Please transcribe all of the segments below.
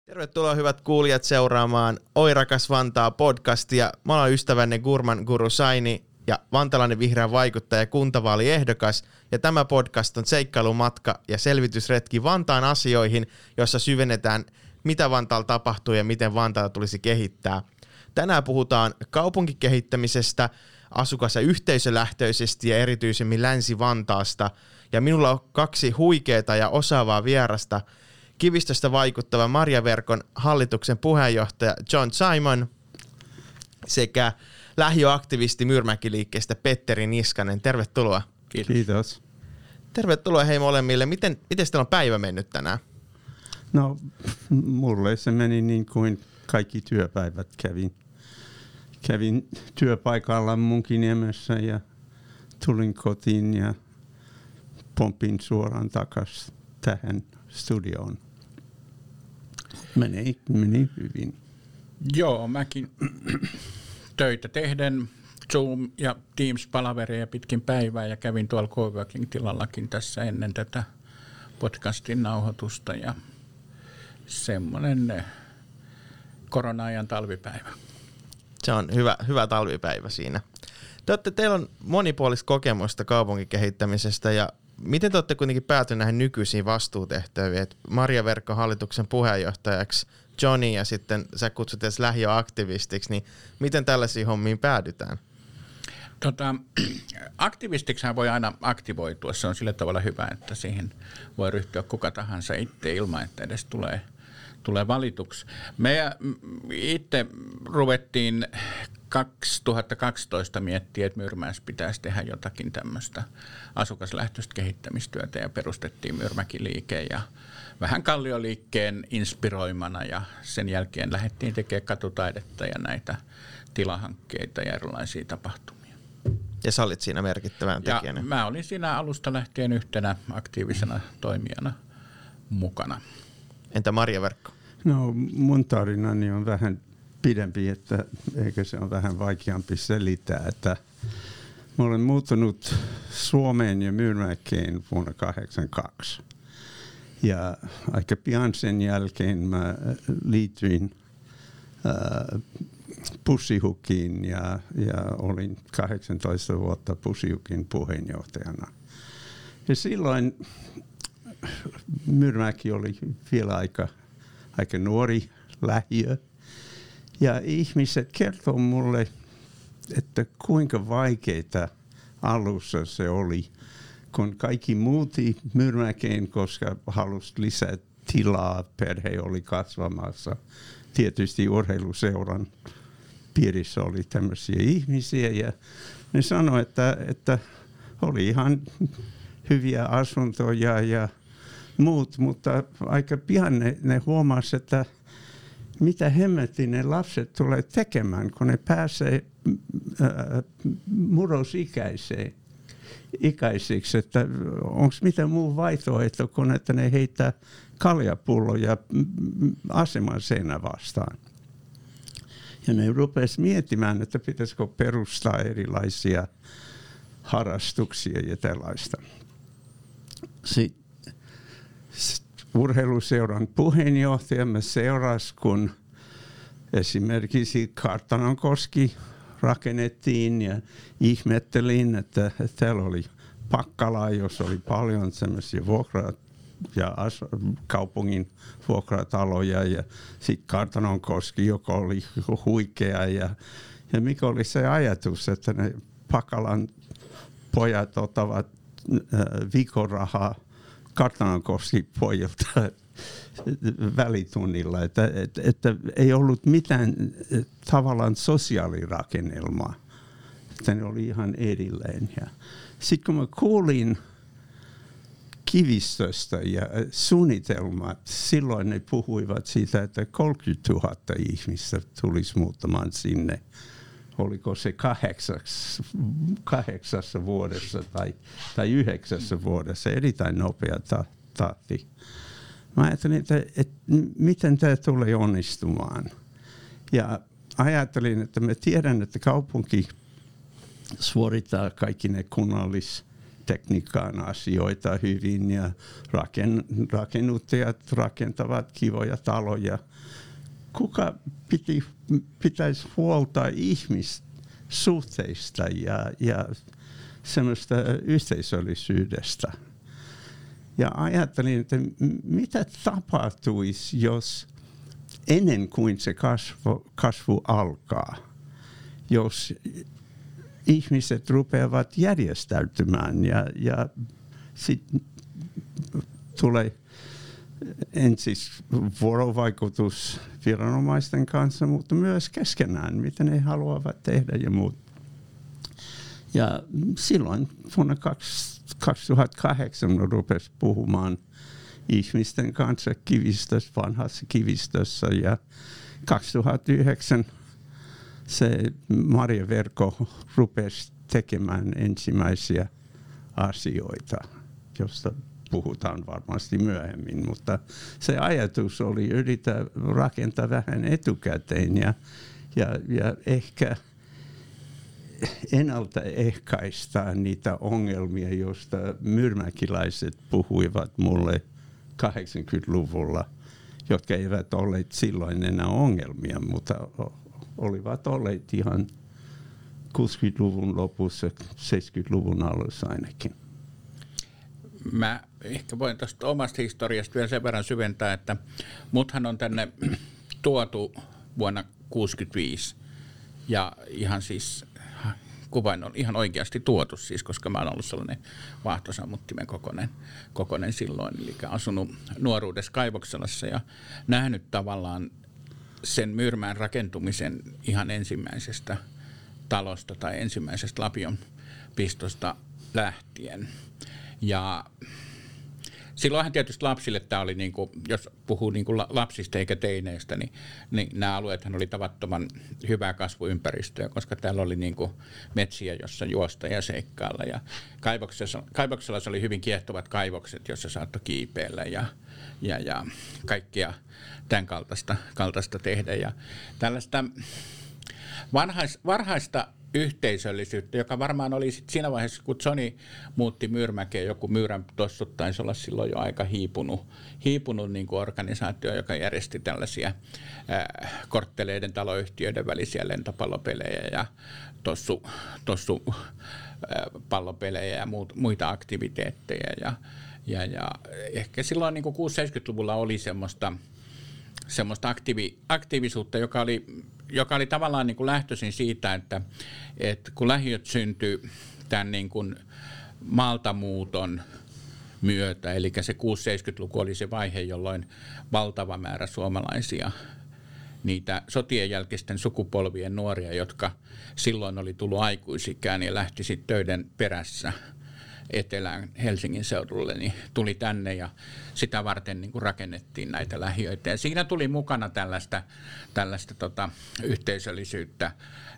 Tervetuloa hyvät kuulijat seuraamaan Oi rakas Vantaa podcastia. Mä olen ystävänne Gurman Guru Saini ja vantalainen vihreä vaikuttaja kuntavaaliehdokas. Ja tämä podcast on seikkailumatka ja selvitysretki Vantaan asioihin, jossa syvennetään mitä Vantaalla tapahtuu ja miten Vantaata tulisi kehittää. Tänään puhutaan kaupunkikehittämisestä, asukas- ja yhteisölähtöisesti ja erityisemmin Länsi-Vantaasta. Ja minulla on kaksi huikeaa ja osaavaa vierasta. Kivistöstä vaikuttava Marjaverkon hallituksen puheenjohtaja John Simon sekä lähiöaktivisti Myyrmäki-liikkeestä Petteri Niskanen. Tervetuloa. Kiitos. Tervetuloa hei molemmille. Miten teillä on päivä mennyt tänään? No, mulle se meni niin kuin kaikki työpäivät. Kävin työpaikalla Munkiniemessä ja tulin kotiin ja pompin suoraan takaisin tähän studioon. Meni hyvin. Joo, mäkin töitä tehden Zoom- ja Teams-palavereja pitkin päivää ja kävin tuolla coworking-tilallakin tässä ennen tätä podcastin nauhoitusta ja semmoinen korona-ajan talvipäivä. Se on hyvä talvipäivä siinä. Teillä on monipuolista kokemusta kaupunkikehittämisestä ja miten te olette kuitenkin päätyneet näihin nykyisiin vastuutehtäviin? Marjaverkon hallituksen puheenjohtajaksi Johnny ja sitten sä kutsut edes lähiöaktivistiksi, niin miten tällaisiin hommiin päädytään? Aktivistiksihan voi aina aktivoitua. Se on sillä tavalla hyvä, että siihen voi ryhtyä kuka tahansa itse ilman, että edes tulee valituksi. Me itse ruvettiin 2012 miettiä, että Myyrmäessä pitäisi tehdä jotakin tämmöistä asukaslähtöistä kehittämistyötä ja perustettiin Myyrmäki-liike ja vähän Kallioliikkeen inspiroimana ja sen jälkeen lähdettiin tekemään katutaidetta ja näitä tilahankkeita ja erilaisia tapahtumia. Ja sä olit siinä merkittävän tekijänä. Ja mä olin siinä alusta lähtien yhtenä aktiivisena toimijana mukana. Entä Marjaverkko? No, mun tarinani on vähän pidempi, että eikö se on vähän vaikeampi selittää, että mä olen muuttunut Suomeen ja Myyrmäkeen vuonna 1982. Ja aika pian sen jälkeen mä liityin Pussihukiin ja olin 18 vuotta Pussihukin puheenjohtajana. Ja silloin Myyrmäki oli vielä aika nuori lähiö. Ja ihmiset kertoo mulle, että kuinka vaikeaa alussa se oli, kun kaikki muutti Myyrmäkeen, koska halusi lisää tilaa, perhe oli kasvamassa. Tietysti urheiluseuran piirissä oli tämmöisiä ihmisiä ja ne sanoi, että oli ihan hyviä asuntoja ja muut, mutta aika pian ne huomasi, että mitä hemmetin ne lapset tulee tekemään, kun ne pääsee murrosikäisiksi, että onko mitä muu vaihtoehto kuin että ne heittää kaljapulloja aseman seinä vastaan. Ja ne rupesi miettimään, että pitäisikö perustaa erilaisia harrastuksia ja tällaista. Sitten urheiluseuran puheenjohtajamme seurasi, kun esimerkiksi Kartanonkoski rakennettiin ja ihmettelin, että täällä oli Pakkalaa, jossa oli paljon semmoisia vuokra- ja kaupungin vuokrataloja ja sitten Kartanonkoski, joka oli huikea ja mikä oli se ajatus, että ne Pakkalan pojat ottavat viikkorahaa Kartanonkoski pojilta välitunnilla, että ei ollut mitään tavallaan sosiaalirakennelmaa, että ne oli ihan erilleen. Sitten kun mä kuulin Kivistöstä ja suunnitelmat, silloin ne puhuivat siitä, että 30 000 ihmistä tulisi muuttamaan sinne. Oliko se 8 vuodessa tai 9 vuodessa, erittäin nopea tahti. Mä ajattelin, että miten tämä tulee onnistumaan. Ja ajattelin, että mä tiedän, että kaupunki suorittaa kaikki ne tekniikan asioita hyvin ja rakennuttajat rakentavat kivoja taloja. Kuka pitäisi huolta ihmissuhteista ja semmoista yhteisöllisyydestä? Ja ajattelin, että mitä tapahtuisi, jos ennen kuin se kasvu alkaa, jos ihmiset rupeavat järjestäytymään ja sitten tulee ensin vuorovaikutus viranomaisten kanssa, mutta myös keskenään, mitä ne haluavat tehdä ja muut. Ja silloin vuonna 2008 rupesi puhumaan ihmisten kanssa vanhassa kivistössä ja 2009 se Marjaverkko rupesi tekemään ensimmäisiä asioita, josta puhutaan varmasti myöhemmin, mutta se ajatus oli yrittää rakentaa vähän etukäteen ja ehkä ennaltaehkäistä niitä ongelmia, joista myyrmäkiläiset puhuivat mulle 80-luvulla, jotka eivät olleet silloin enää ongelmia, mutta olivat olleet ihan 60-luvun lopussa, 70-luvun alussa ainakin. Mä ehkä voin tuosta omasta historiasta vielä sen verran syventää, että muthan on tänne tuotu vuonna 1965 ja ihan siis kuvain on ihan oikeasti tuotu siis, koska mä olen ollut sellainen vaahtosammuttimen kokoinen silloin, eli asunut nuoruudessa Kaivokselassa ja nähnyt tavallaan sen Myyrmään rakentumisen ihan ensimmäisestä talosta tai ensimmäisestä Lapion pistosta lähtien. Ja silloinhan tietysti lapsille tämä oli, niin kuin, jos puhuu niin kuin lapsista eikä teineistä, niin nämä alueethan oli tavattoman hyvää kasvuympäristöä, koska täällä oli niin kuin metsiä, jossa juosta ja seikkailla. Ja Kaivoksella oli hyvin kiehtovat kaivokset, jossa saattoi kiipeillä ja kaikkia tämän kaltaista tehdä. Ja tällaista varhaista yhteisöllisyyttä, joka varmaan oli sit siinä vaiheessa, kun Sony muutti Myyrmäkeen, joku Myyrän tossut taisi olla silloin jo aika hiipunut niin kuin organisaatio, joka järjesti tällaisia kortteleiden taloyhtiöiden välisiä lentopallopelejä ja tossupallopelejä ja muita aktiviteetteja. Ja ehkä silloin niin kuin 60-70-luvulla oli semmoista aktiivisuutta, joka oli tavallaan niin kuin lähtöisin siitä, että kun lähiöt syntyi tämän niin kuin maaltamuuton myötä, eli se 60-70-luku oli se vaihe, jolloin valtava määrä suomalaisia, niitä sotien jälkeisten sukupolvien nuoria, jotka silloin oli tullut aikuisikään ja lähti sitten töiden perässä etelään Helsingin seudulle, niin tuli tänne ja sitä varten niin kuin rakennettiin näitä lähiöitä. Ja siinä tuli mukana tällaista yhteisöllisyyttä,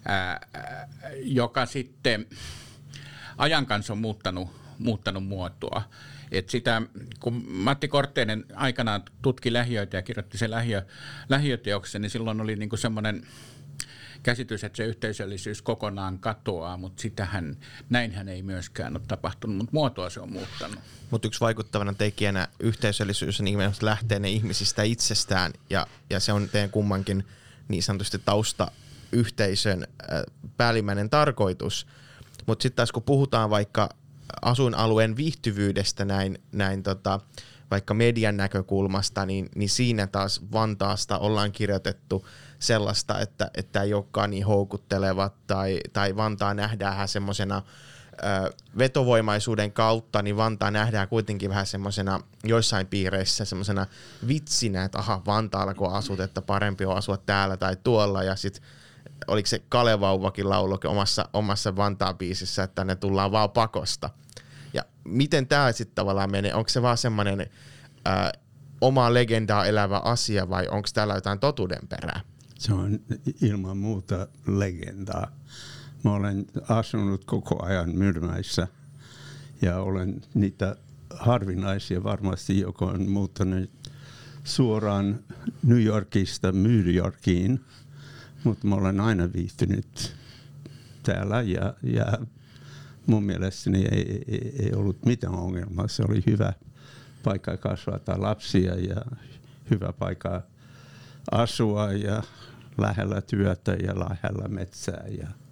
joka sitten ajan kanssa on muuttanut muotoa. Et sitä, kun Matti Kortteinen aikanaan tutki lähiöitä ja kirjoitti sen lähiöteoksen, niin silloin oli niin kuin semmoinen käsitys, että se yhteisöllisyys kokonaan katoaa, mutta näinhän ei myöskään ole tapahtunut, mutta muotoa se on muuttanut. Mutta yksi vaikuttavana tekijänä yhteisöllisyys on nimenomaan lähtee ne ihmisistä itsestään, ja se on teidän kummankin niin sanotusti taustayhteisön päällimmäinen tarkoitus. Mutta sitten taas kun puhutaan vaikka asuinalueen viihtyvyydestä näin vaikka median näkökulmasta, niin siinä taas Vantaasta ollaan kirjoitettu sellaista, että ei olekaan niin houkutteleva tai Vantaa nähdään semmoisena vetovoimaisuuden kautta, niin Vantaa nähdään kuitenkin vähän semmoisena joissain piireissä semmoisena vitsinä, että aha, Vantaalla kun asut, että parempi on asua täällä tai tuolla, ja sitten oliko se Kalevauvakin laulokin omassa Vantaa-biisissä, että ne tullaan vaan pakosta. Ja miten tämä sitten tavallaan menee? Onko se vaan semmoinen omaa legendaa elävä asia vai onko täällä jotain totuuden perää? Se on ilman muuta legendaa. Mä olen asunut koko ajan Myyrmäissä ja olen niitä harvinaisia varmasti, joka on muuttanut suoraan New Yorkista New Yorkiin, mutta mä olen aina viihtynyt täällä ja mun mielestäni ei ollut mitään ongelmaa. Se oli hyvä paikka kasvattaa lapsia ja hyvä paikka asua ja lähellä työtä ja lähellä metsää.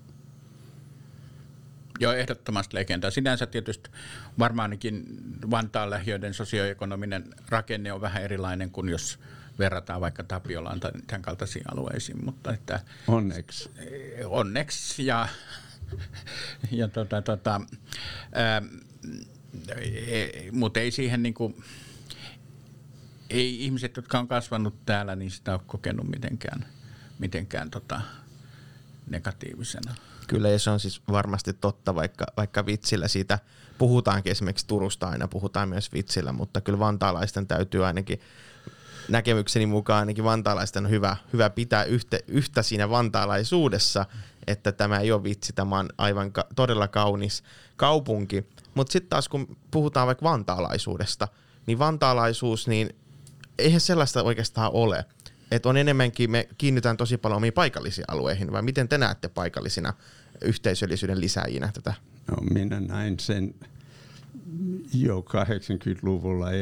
Joo, ehdottomasti legenda. Sinänsä tietysti varmaankin Vantaan lähiöiden sosioekonominen rakenne on vähän erilainen kuin jos verrataan vaikka Tapiolaan tai tämän kaltaisiin alueisiin, mutta että onneksi ja mutta ei siihen niinku, ei ihmiset, jotka on kasvanut täällä, niin sitä ole kokenut mitenkään negatiivisena. Kyllä, ja se on siis varmasti totta, vaikka vitsillä siitä puhutaankin, esimerkiksi Turusta aina puhutaan myös vitsillä, mutta kyllä vantaalaisten täytyy ainakin, näkemykseni mukaan ainakin vantaalaisten on hyvä pitää yhtä siinä vantaalaisuudessa, että tämä ei ole vitsi, tämä on aivan todella kaunis kaupunki. Mutta sitten taas kun puhutaan vaikka vantaalaisuudesta, niin vantaalaisuus, niin eihän sellaista oikeastaan ole. Että on enemmänkin, me kiinnytään tosi paljon omiin paikallisiin alueihin, vai miten te näette paikallisina yhteisöllisyyden lisääjinä tätä? No, minä näin sen jo 80-luvulla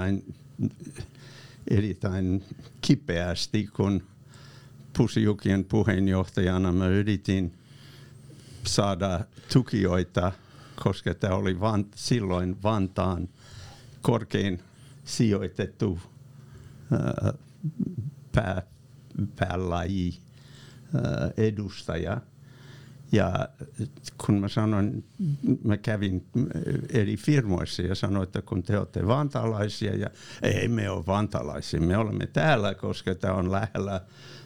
erittäin kipeästi, kun Pusijukien puheenjohtajana mä yritin saada tukijoita, koska tämä oli silloin Vantaan korkein sijoitettu päälaji edustaja. Ja kun mä kävin eri firmoissa ja sanoin, että kun te olette vantaalaisia, ja ei me ole vantaalaisia, me olemme täällä, koska tämä on lähellä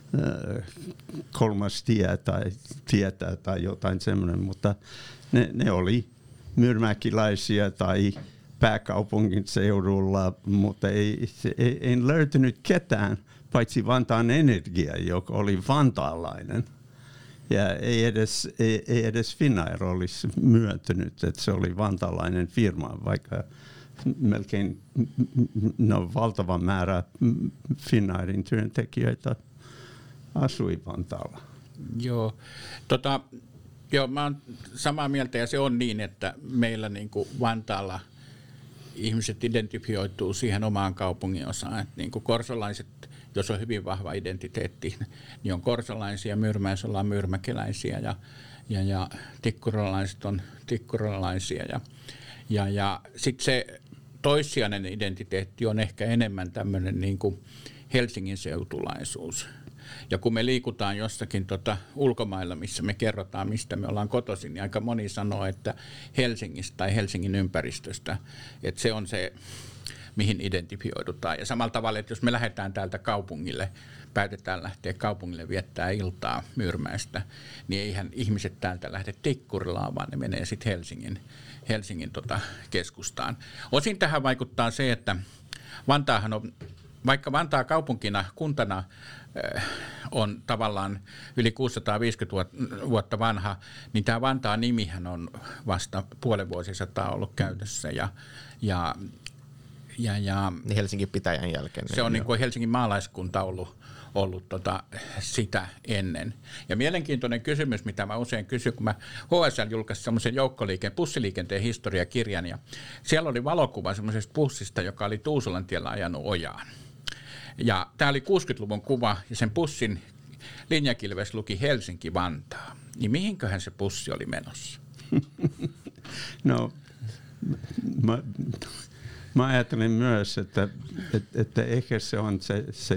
kolmas tietä tai jotain semmoinen, mutta ne oli myyrmäkiläisiä tai pääkaupungin seudulla, mutta ei löytynyt ketään, paitsi Vantaan Energia, joka oli vantaalainen. Ja ei edes Finnair olisi myöntynyt, että se oli vantaalainen firma, vaikka melkein valtava määrä Finnairin työntekijöitä asui Vantaalla. Joo, mä oon samaa mieltä, ja se on niin, että meillä niin kuin Vantaalla ihmiset identifioituu siihen omaan kaupungin osaan. Että niin kuin korsolaiset, jos on hyvin vahva identiteetti, niin on korsolaisia, Myyrmäessä ollaan myyrmäkeläisiä ja tikkurolaiset on tikkurolaisia. Ja sitten se toissijainen identiteetti on ehkä enemmän tämmöinen niin kuin Helsingin seutulaisuus. Ja kun me liikutaan jossakin ulkomailla, missä me kerrotaan, mistä me ollaan kotoisin, niin aika moni sanoo, että Helsingistä tai Helsingin ympäristöstä, että se on se, mihin identifioidutaan. Ja samalla tavalla, että jos me lähdetään täältä kaupungille, päätetään lähteä kaupungille viettää iltaa Myyrmäestä, niin eihän ihmiset täältä lähde Tikkurilaan, vaan ne menee sitten Helsingin keskustaan. Osin tähän vaikuttaa se, että Vantaahan on, vaikka Vantaa kaupunkina, kuntana on tavallaan yli 650 vuotta vanha, niin tämä Vantaan nimihän on vasta puolen vuosisataa ollut käytössä. Niin Helsingin pitäjän jälkeen. Se on niin kuin Helsingin maalaiskunta ollut sitä ennen. Ja mielenkiintoinen kysymys, mitä mä usein kysyn, kun mä HSL julkaisin semmoisen bussiliikenteen historiakirjan, ja siellä oli valokuva semmoisesta bussista, joka oli Tuusulantiellä ajanut ojaan. Ja tämä oli 60-luvun kuva, ja sen bussin linjakilves luki Helsinki-Vantaa. Niin mihinköhän se bussi oli menossa? No, mä ajattelen myös, että ehkä se on se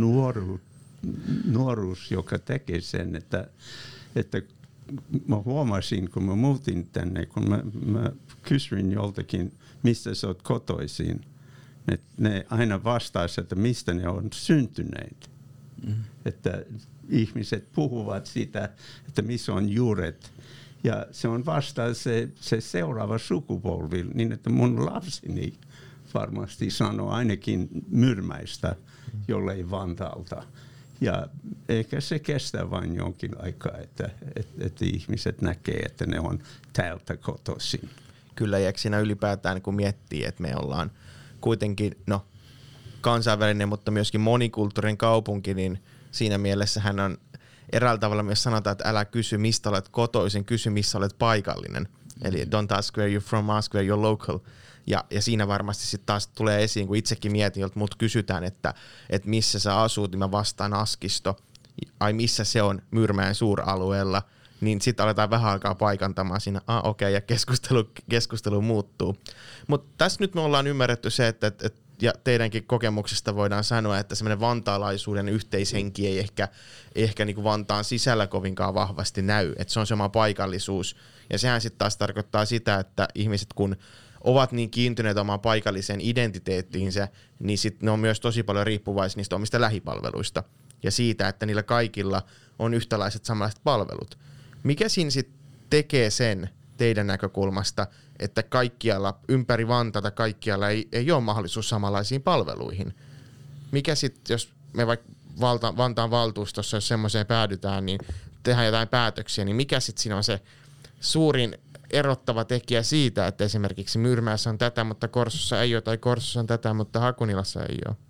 nuoruus, joka tekee sen, että mä huomasin, kun mä muutin tänne, kun mä kysyin joltakin, mistä sä oot kotoisin. Ne aina vastaisivat, että mistä ne on syntyneet. Että ihmiset puhuvat sitä, että missä on juuret. Ja se on vasta se seuraava sukupolvi, niin että mun lapsini varmasti sanoo ainakin Myyrmäistä, jollei Vantaalta. Ja ehkä se kestää vain jonkin aikaa, että ihmiset näkee, että ne on täältä kotoisin. Kyllä, ja siinä ylipäätään kun miettii, että me ollaan kuitenkin kansainvälinen, mutta myöskin monikulttuurinen kaupunki, niin siinä mielessä hän on eräällä tavalla myös sanotaan, että älä kysy, mistä olet kotoisin, kysy, missä olet paikallinen. Eli don't ask where you're from, ask where you're local. Ja siinä varmasti sitten taas tulee esiin, kun itsekin mietin, että mut kysytään, että missä sä asut, niin mä vastaan Askisto. Ai missä se on Myyrmäen suuralueella, niin sitten aletaan vähän aikaa paikantamaan siinä, okei, ja keskustelu muuttuu. Mutta tässä nyt me ollaan ymmärretty se, että ja teidänkin kokemuksesta voidaan sanoa, että semmoinen vantaalaisuuden yhteishenki ei ehkä niin kuin Vantaan sisällä kovinkaan vahvasti näy, että se on se oma paikallisuus. Ja sehän sitten taas tarkoittaa sitä, että ihmiset kun ovat niin kiintyneet omaan paikalliseen identiteettiinsä, niin sitten ne on myös tosi paljon riippuvaisia niistä omista lähipalveluista ja siitä, että niillä kaikilla on yhtälaiset samanlaiset palvelut. Mikä siinä sitten tekee sen teidän näkökulmasta, että kaikkialla ympäri Vantaata kaikkialla ei ole mahdollisuus samanlaisiin palveluihin? Mikä sitten, jos me vaikka Vantaan valtuustossa, jos semmoiseen päädytään, niin tehdään jotain päätöksiä, niin mikä sitten siinä on se suurin erottava tekijä siitä, että esimerkiksi Myyrmäessä on tätä, mutta Korsossa ei ole, tai Korsossa on tätä, mutta Hakunilassa ei ole?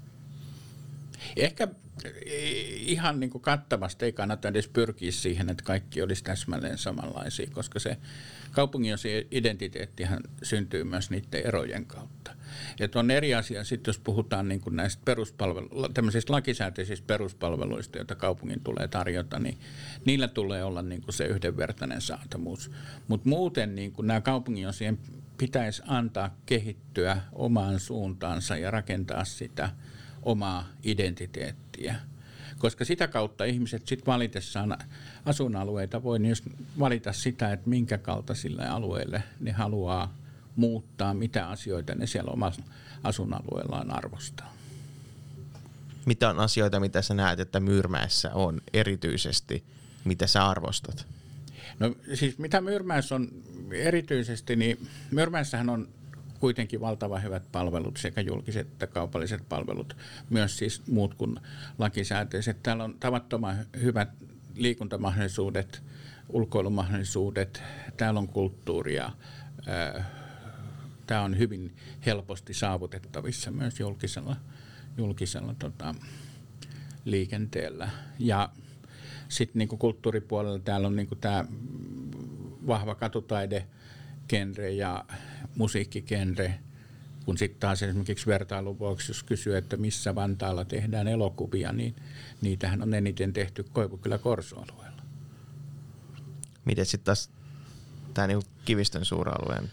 Ehkä ihan niin kuin kattavasti ei kannata edes pyrkiä siihen, että kaikki olisi täsmälleen samanlaisia, koska se kaupungin identiteettihän syntyy myös niiden erojen kautta. Että on eri asia sitten, jos puhutaan niin kuin näistä tämmöisistä lakisääteisistä peruspalveluista, joita kaupungin tulee tarjota, niin niillä tulee olla niin kuin se yhdenvertainen saatavuus. Mutta muuten niin kuin nämä kaupungin osien pitäisi antaa kehittyä omaan suuntaansa ja rakentaa sitä omaa identiteettiä. Koska sitä kautta ihmiset sitten valitessaan asuinalueita voi myös valita sitä, että minkä kaltaisille alueille ne haluaa muuttaa, mitä asioita ne siellä omassa asuinalueellaan arvostaa. Mitä on asioita, mitä sä näet, että Myyrmäessä on erityisesti, mitä sä arvostat? No siis mitä Myyrmäessä on erityisesti, niin Myyrmäessähän on kuitenkin valtavan hyvät palvelut, sekä julkiset että kaupalliset palvelut, myös siis muut kuin lakisääteiset. Täällä on tavattoman hyvät liikuntamahdollisuudet, ulkoilumahdollisuudet, täällä on kulttuuria, tämä on hyvin helposti saavutettavissa myös julkisella liikenteellä. Ja sitten niinku kulttuuripuolella täällä on niinku tämä vahva katutaidegenre ja musiikkigenre, kun sitten taas esimerkiksi vertailun vuoksi, jos kysyy, että missä Vantaalla tehdään elokuvia, niin niitähän on eniten tehty Koivukylä Korso-alueella. Miten sitten taas tämä niinku Kivistön suuralueen?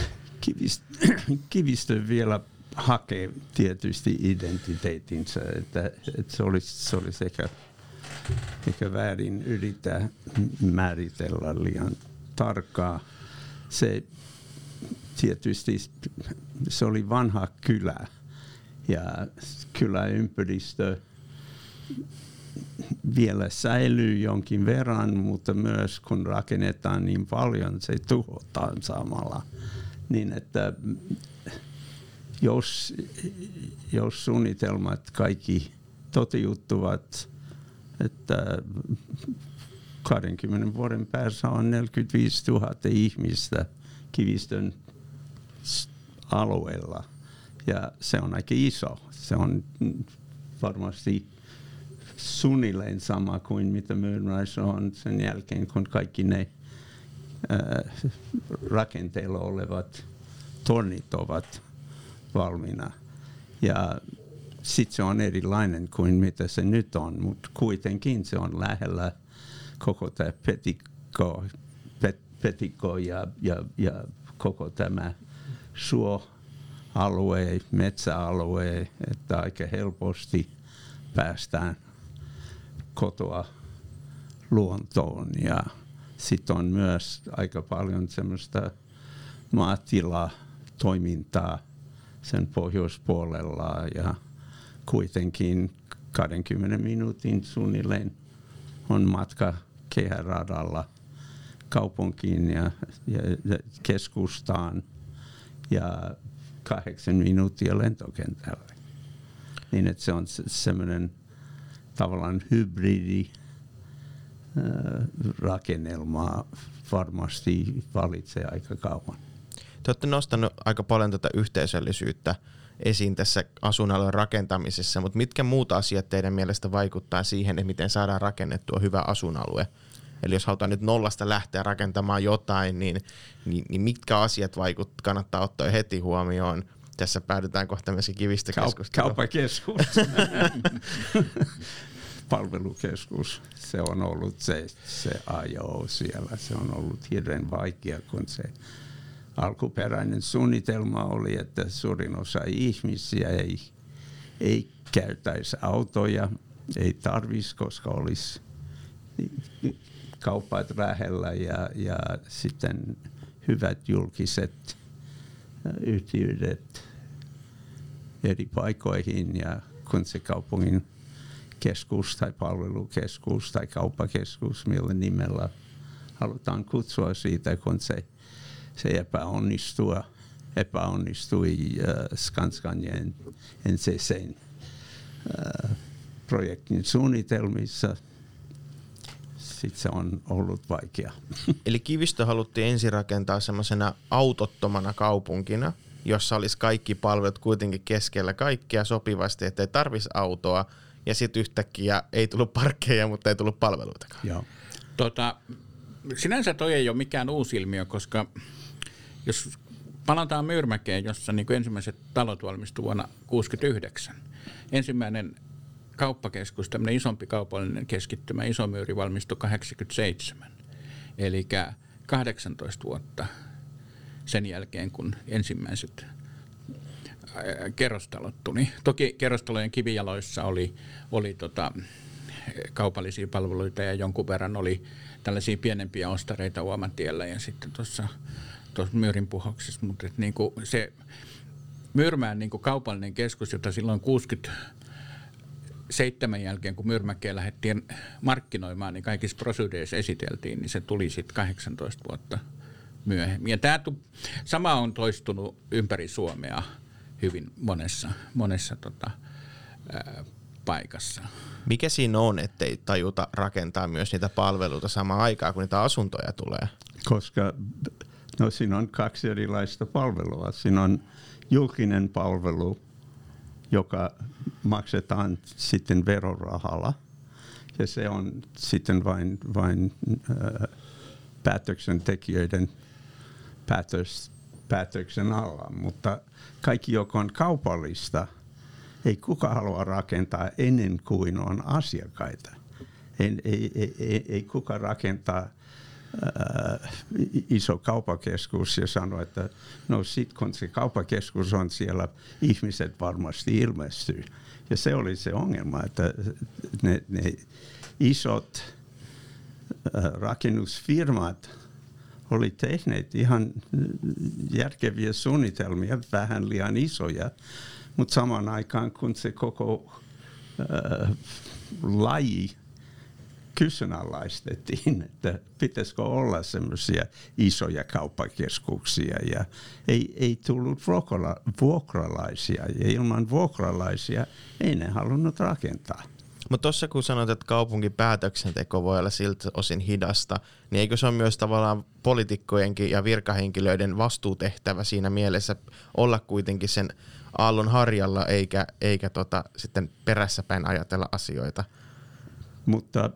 Kivistö vielä hakee tietysti identiteettinsä, että se olisi ehkä väärin yrittää määritellä liian tarkkaa. Se tietysti se oli vanha kylä ja kyläympäristö vielä säilyy jonkin verran, mutta myös kun rakennetaan niin paljon, se tuhotaan samalla. Niin että jos suunnitelmat kaikki toteutuvat, että 20 vuoden päässä on 45 000 ihmistä Kivistön alueella. Ja se on aika iso. Se on varmasti suunnilleen sama kuin mitä Myyrmäessä on sen jälkeen, kun kaikki ne rakenteilla olevat tornit ovat valmiina. Ja sitten se on erilainen kuin mitä se nyt on, mutta kuitenkin se on lähellä koko tämä Petikko ja koko tämä suoalue, metsäalue, että aika helposti päästään kotoa luontoon. Ja sitten on myös aika paljon semmoista maatilatoimintaa sen pohjoispuolella ja kuitenkin 20 minuutin suunnilleen on matka kehäradalla kaupunkiin ja keskustaan ja 8 minuuttia lentokentälle. Niin että se on semmoinen tavallaan hybridi rakennelma varmasti valitsee aika kauan. Te olette nostanut aika paljon tätä yhteisöllisyyttä esiin tässä asuinalueen rakentamisessa, mutta mitkä muut asiat teidän mielestä vaikuttaa siihen, että miten saadaan rakennettua hyvä asuinalue Eli jos halutaan nyt nollasta lähteä rakentamaan jotain, niin mitkä asiat kannattaa ottaa jo heti huomioon? Tässä päädytään kohta myöskin kivistökeskusteluun. Kauppakeskus. Palvelukeskus, se on ollut se ajo siellä. Se on ollut hirveän vaikea, kun se alkuperäinen suunnitelma oli, että suurin osa ihmisiä ei käytäisi autoja, ei tarvitsisi, koska olisi kaupat lähellä ja sitten hyvät julkiset yhteydet eri paikoihin, ja kun se kaupungin keskus tai palvelukeskus tai kauppakeskus, millä nimellä halutaan kutsua siitä, kun se epäonnistui Skanskan ja NCC:n projektin suunnitelmissa. Sitten se on ollut vaikea. Eli Kivistö haluttiin ensin rakentaa semmoisena autottomana kaupunkina, jossa olisi kaikki palvelut kuitenkin keskellä kaikkia sopivasti, ettei tarvitsisi autoa. Ja sitten yhtäkkiä ei tullut parkkeja, mutta ei tullut palveluitakaan. Joo. Sinänsä toi ei ole mikään uusi ilmiö, koska jos palataan Myyrmäkeen, jossa niin kuin ensimmäiset talot valmistui vuonna 1969. Ensimmäinen kauppakeskus, tämmöinen isompi kaupallinen keskittymä, Isomyyri, valmistui 1987. Eli 18 vuotta sen jälkeen, kun ensimmäiset kerrostalot tuli. Toki kerrostalojen kivijaloissa oli kaupallisia palveluita ja jonkun verran oli tällaisia pienempiä ostareita Uomantiellä ja sitten tuossa Myyrin puhoksessa. Mutta niinku se Myyrmään niinku kaupallinen keskus, jota silloin 67 jälkeen, kun Myyrmäkeä lähdettiin markkinoimaan, niin kaikissa prosyydeissa esiteltiin, niin se tuli sitten 18 vuotta myöhemmin. Ja tämä sama on toistunut ympäri Suomea hyvin monessa paikassa. Mikä siinä on, ettei tajuta rakentaa myös niitä palveluita samaan aikaan, kun niitä asuntoja tulee? Koska siinä on kaksi erilaista palvelua. Siinä on julkinen palvelu, joka maksetaan sitten verorahalla, ja se on sitten vain päätöksentekijöiden päätöksen alla, mutta kaikki, joka on kaupallista, ei kuka halua rakentaa ennen kuin on asiakkaita. Ei kuka rakentaa iso kauppakeskus ja sanoa, että no sit kun se kauppakeskus on siellä, ihmiset varmasti ilmestyy. Ja se oli se ongelma, että ne isot rakennusfirmat oli tehneet ihan järkeviä suunnitelmia, vähän liian isoja, mutta samaan aikaan kun se koko laji kyseenalaistettiin, että pitäisikö olla semmoisia isoja kauppakeskuksia, ja ei tullut vuokralaisia, ja ilman vuokralaisia ei ne halunnut rakentaa. Mutta tuossa kun sanoit, että kaupungin päätöksenteko voi olla siltä osin hidasta, niin eikö se ole myös tavallaan poliitikkojenkin ja virkahenkilöiden vastuutehtävä siinä mielessä olla kuitenkin sen aallon harjalla eikä sitten perässäpäin ajatella asioita? Mutta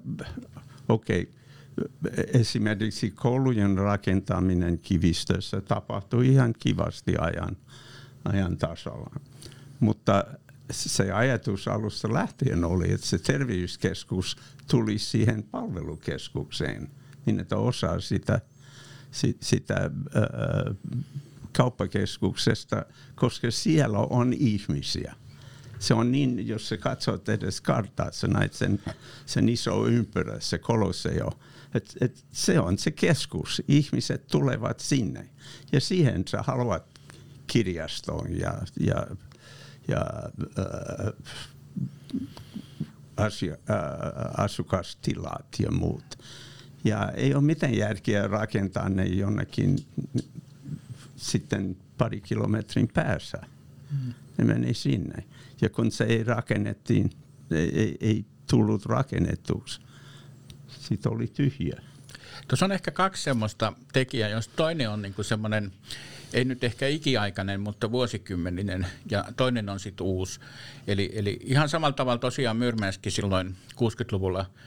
esimerkiksi koulujen rakentaminen Kivistössä tapahtui ihan kivasti ajan tasalla, mutta se ajatus alusta lähtien oli, että se terveyskeskus tuli siihen palvelukeskukseen, niin että osa sitä kauppakeskuksesta, koska siellä on ihmisiä. Se on niin, jos sä katsot edes karttaa, sä näet sen iso ympyrä, se Kolosseo, että se on se keskus. Ihmiset tulevat sinne ja siihen sä haluat kirjaston ja asukastilat ja muut. Ja ei ole mitään järkeä rakentaa ne jonnekin sitten pari kilometrin päässä. Ne meni sinne. Ja kun se ei rakennettiin, ei tullut rakennettuksi, siitä oli tyhjä. Tuossa on ehkä kaksi semmoista tekijää, jos toinen on niinku semmoinen, ei nyt ehkä ikiaikainen, mutta vuosikymmeninen, ja toinen on sitten uusi. Eli ihan samalla tavalla tosiaan Myyrmässäkin silloin 60-luvulla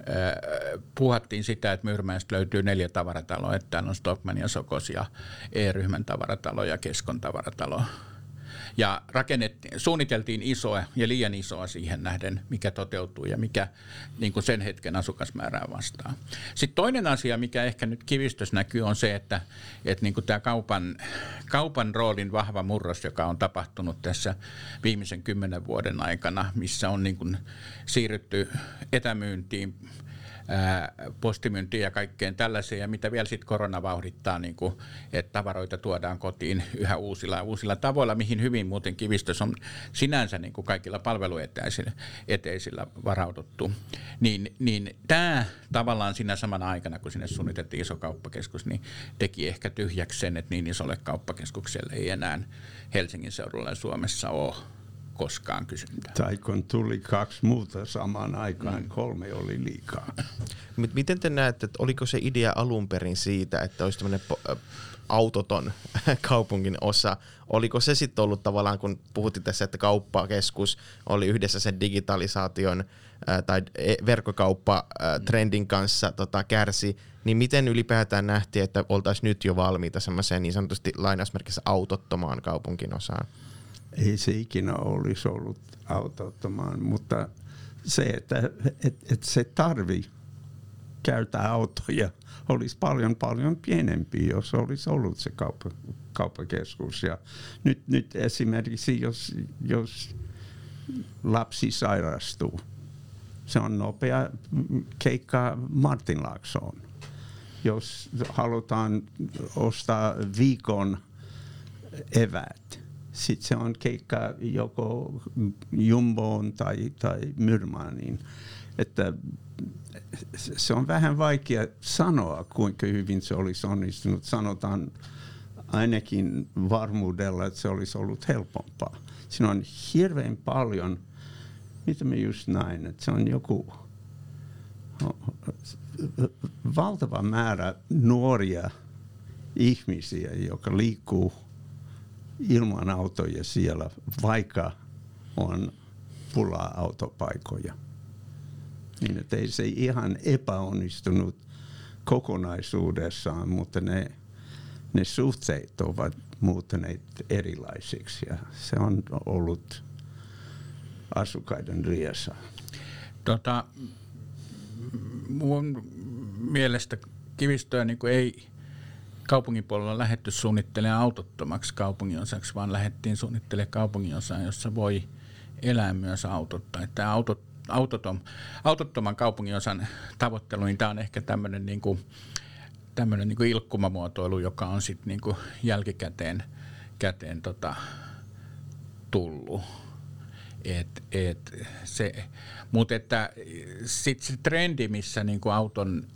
puhattiin sitä, että Myyrmäestä löytyy 4 tavarataloa, että täällä on Stockmann ja Sokos ja E-ryhmän tavaratalo ja Keskon tavaratalo. Ja suunniteltiin isoa ja liian isoa siihen nähden, mikä toteutuu ja mikä niin kuin sen hetken asukasmäärää vastaa. Sitten toinen asia, mikä ehkä nyt Kivistössä näkyy, on se, että niin kuin tämä kaupan roolin vahva murros, joka on tapahtunut tässä viimeisen 10 vuoden aikana, missä on niin kuin siirrytty etämyyntiin, postimyyntiin ja kaikkeen tällaiseen, ja mitä vielä sitten korona vauhdittaa, niin kuin, että tavaroita tuodaan kotiin yhä uusilla tavoilla, mihin hyvin muuten Kivistössä on sinänsä niin kuin kaikilla palvelueteisillä varauduttu. Niin tämä tavallaan siinä samana aikana, kun sinne suunniteltiin iso kauppakeskus, niin teki ehkä tyhjäksi sen, että niin isolle kauppakeskukselle ei enää Helsingin seudulla ja Suomessa ole koskaan kysyntää. Tai kun tuli 2 muuta samaan aikaan, 3 oli liikaa. Miten te näette, että oliko se idea alun perin siitä, että olisi tämmöinen autoton kaupungin osa? Oliko se sitten ollut tavallaan, kun puhuttiin tässä, että kauppakeskus oli yhdessä sen digitalisaation tai verkkokauppatrendin kanssa kärsi, niin miten ylipäätään nähtiin, että oltaisiin nyt jo valmiita semmoiseen niin sanotusti lainausmerkissä autottomaan kaupunkin osaan? Ei se ikinä olisi ollut autottomaan, mutta se, että se tarvi käyttää autoja olisi paljon pienempi, jos olisi ollut se kauppakeskus. Ja nyt esimerkiksi, jos lapsi sairastuu, se on nopea keikka Martinlaaksoon. Jos halutaan ostaa viikon eväät, sitten se on keikka joko Jumboon tai Myyrmäniin. Että se on vähän vaikea sanoa, kuinka hyvin se olisi onnistunut. Sanotaan ainakin varmuudella, että se olisi ollut helpompaa. Siinä on hirveän paljon, mitä mä just näin, että se on joku valtava määrä nuoria ihmisiä, jotka liikkuu ilman autoja siellä, vaikka on pulaa autopaikoja. Niin, että ei se ihan epäonnistunut kokonaisuudessaan, mutta ne suhteet ovat muuttuneet erilaisiksi ja se on ollut asukkaiden riesa. Mun mielestä Kivistöä niin kuin ei kaupungin puolella lähdetty suunnittelemaan autottomaksi kaupunginosaksi, vaan lähdettiin suunnittelemaan kaupunginosaa, jossa voi elää myös autotta. Että autottoman kaupunginosan tavoittelu, niin tämä on ehkä tämmöinen niin kuin ilkkumamuotoilu, joka on sitten niin kuin jälkikäteen tullut. Mutta että sitten se trendi, missä niin kuin auton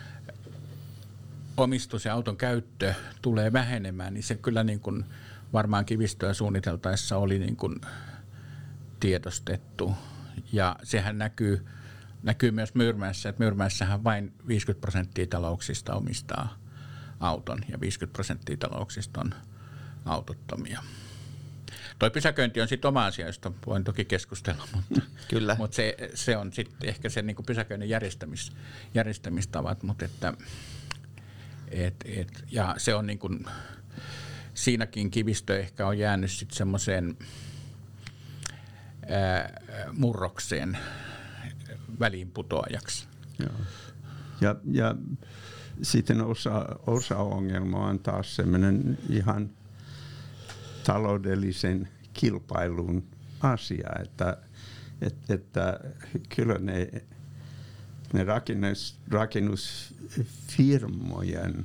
omistus ja auton käyttö tulee vähenemään, niin se kyllä niin kuin varmaan Kivistöä suunniteltaessa oli niin kuin tiedostettu. Ja sehän näkyy myös Myyrmäessä, että Myyrmäessähän vain 50% talouksista omistaa auton ja 50% talouksista on autottomia. Toi pysäköinti on sitten oma asia, josta voin toki keskustella, Kyllä. Mutta se on sitten ehkä se niinku pysäköinnin järjestämistavat, mutta että ja se on niin kuin, siinäkin Kivistö ehkä on jäänyt sitten semmoiseen murrokseen väliinputoajaksi. Ja sitten osa ongelmaa on taas semmoinen ihan taloudellisen kilpailun asia, että kyllä ne rakennusfirmojen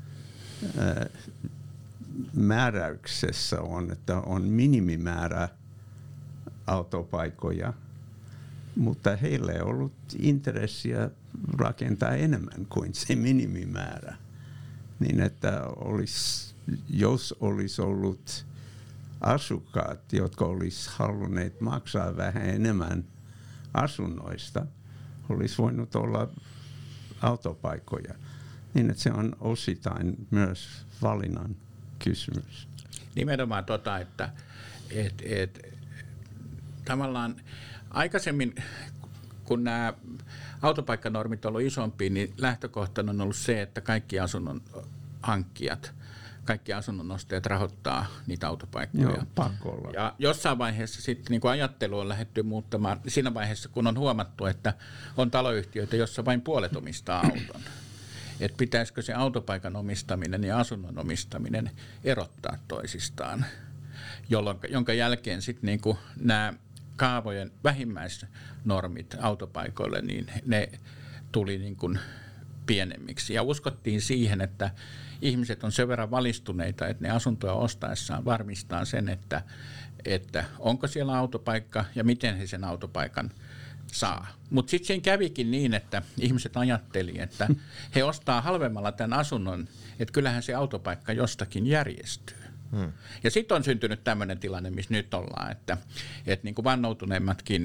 määräyksessä on, että on minimimäärä autopaikkoja, mutta heillä ei ollut intressiä rakentaa enemmän kuin se minimimäärä. Niin että jos olisi ollut asukkaat, jotka olisi halunneet maksaa vähän enemmän asunnoista, olisi voinut olla autopaikkoja. Niin että se on osittain myös valinnan kysymys. Nimenomaan että tavallaan aikaisemmin kun nämä autopaikkanormit on ollut isompia, niin lähtökohtana on ollut se, että kaikki asunnon hankkijat, kaikki asunnonostajat rahoittaa niitä autopaikkoja. Joo, pakolla. Ja jossain vaiheessa sitten niin kuin ajattelu on lähdetty muuttamaan siinä vaiheessa, kun on huomattu, että on taloyhtiöitä, jossa vain puolet omistaa auton. Että pitäisikö se autopaikan omistaminen ja asunnon omistaminen erottaa toisistaan, jonka jälkeen sitten niin kuin nämä kaavojen vähimmäisnormit autopaikoille, niin ne tuli niin kuin pienemmiksi. Ja uskottiin siihen, että ihmiset on sen verran valistuneita, että ne asuntoja ostaessaan varmistaa sen, että onko siellä autopaikka ja miten he sen autopaikan saa. Mutta sitten siinä kävikin niin, että ihmiset ajatteli, että he ostaa halvemmalla tämän asunnon, että kyllähän se autopaikka jostakin järjestyy. Ja sitten on syntynyt tämmöinen tilanne, missä nyt ollaan, että niin kuin vannoutuneemmatkin